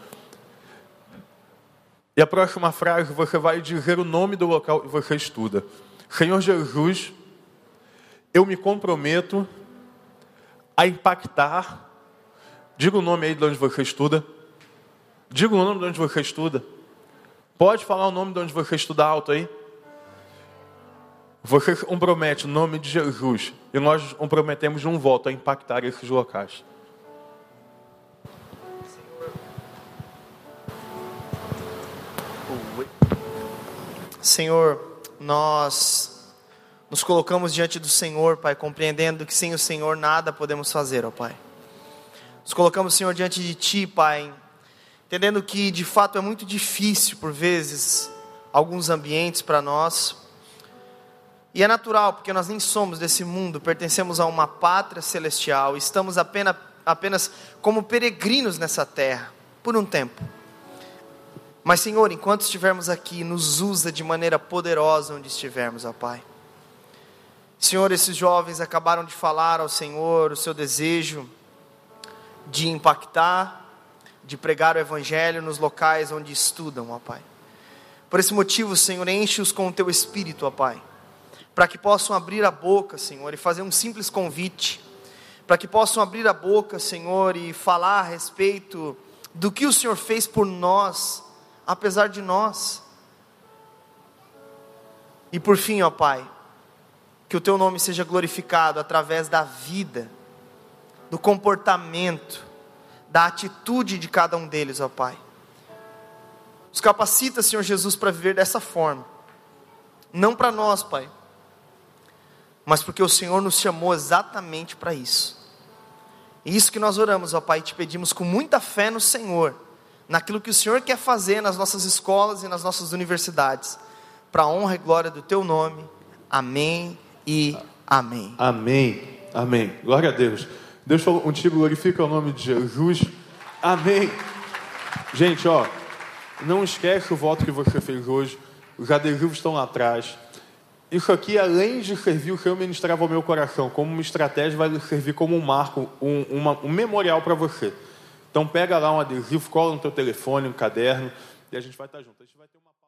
E a próxima frase, você vai dizer o nome do local que você estuda. Senhor Jesus, eu me comprometo a impactar. Diga o nome aí de onde você estuda. Diga o nome de onde você estuda. Pode falar o nome de onde você estuda alto aí? Você se compromete no nome de Jesus. E nós nos comprometemos de um voto a impactar esses locais. Senhor, nós nos colocamos diante do Senhor, Pai, compreendendo que sem o Senhor nada podemos fazer, ó Pai. Nos colocamos, Senhor, diante de Ti, Pai, entendendo que de fato é muito difícil, por vezes, alguns ambientes para nós. E é natural, porque nós nem somos desse mundo, pertencemos a uma pátria celestial, estamos apenas como peregrinos nessa terra, por um tempo. Mas, Senhor, enquanto estivermos aqui, nos usa de maneira poderosa onde estivermos, ó Pai. Senhor, esses jovens acabaram de falar ao Senhor o seu desejo de impactar, de pregar o Evangelho nos locais onde estudam, ó Pai. Por esse motivo, Senhor, enche-os com o Teu Espírito, ó Pai, para que possam abrir a boca, Senhor, e fazer um simples convite, para que possam abrir a boca, Senhor, e falar a respeito do que o Senhor fez por nós, apesar de nós. E por fim, ó Pai, que o Teu nome seja glorificado através da vida, do comportamento, da atitude de cada um deles, ó Pai. Os capacita, Senhor Jesus, para viver dessa forma, não para nós, Pai, mas porque o Senhor nos chamou exatamente para isso. E isso que nós oramos, ó Pai, te pedimos com muita fé no Senhor, naquilo que o Senhor quer fazer nas nossas escolas e nas nossas universidades, para a honra e glória do Teu nome. Amém e amém. Amém, amém. Glória a Deus. Deus falou contigo, glorifica o nome de Jesus. Amém. Gente, ó, não esquece o voto que você fez hoje. Os adesivos estão lá atrás. Isso aqui, além de servir, o Senhor ministrava ao meu coração como uma estratégia, vai servir como um marco, um memorial para você. Então pega lá um adesivo, cola no teu telefone, um caderno, e a gente vai estar junto. A gente vai ter uma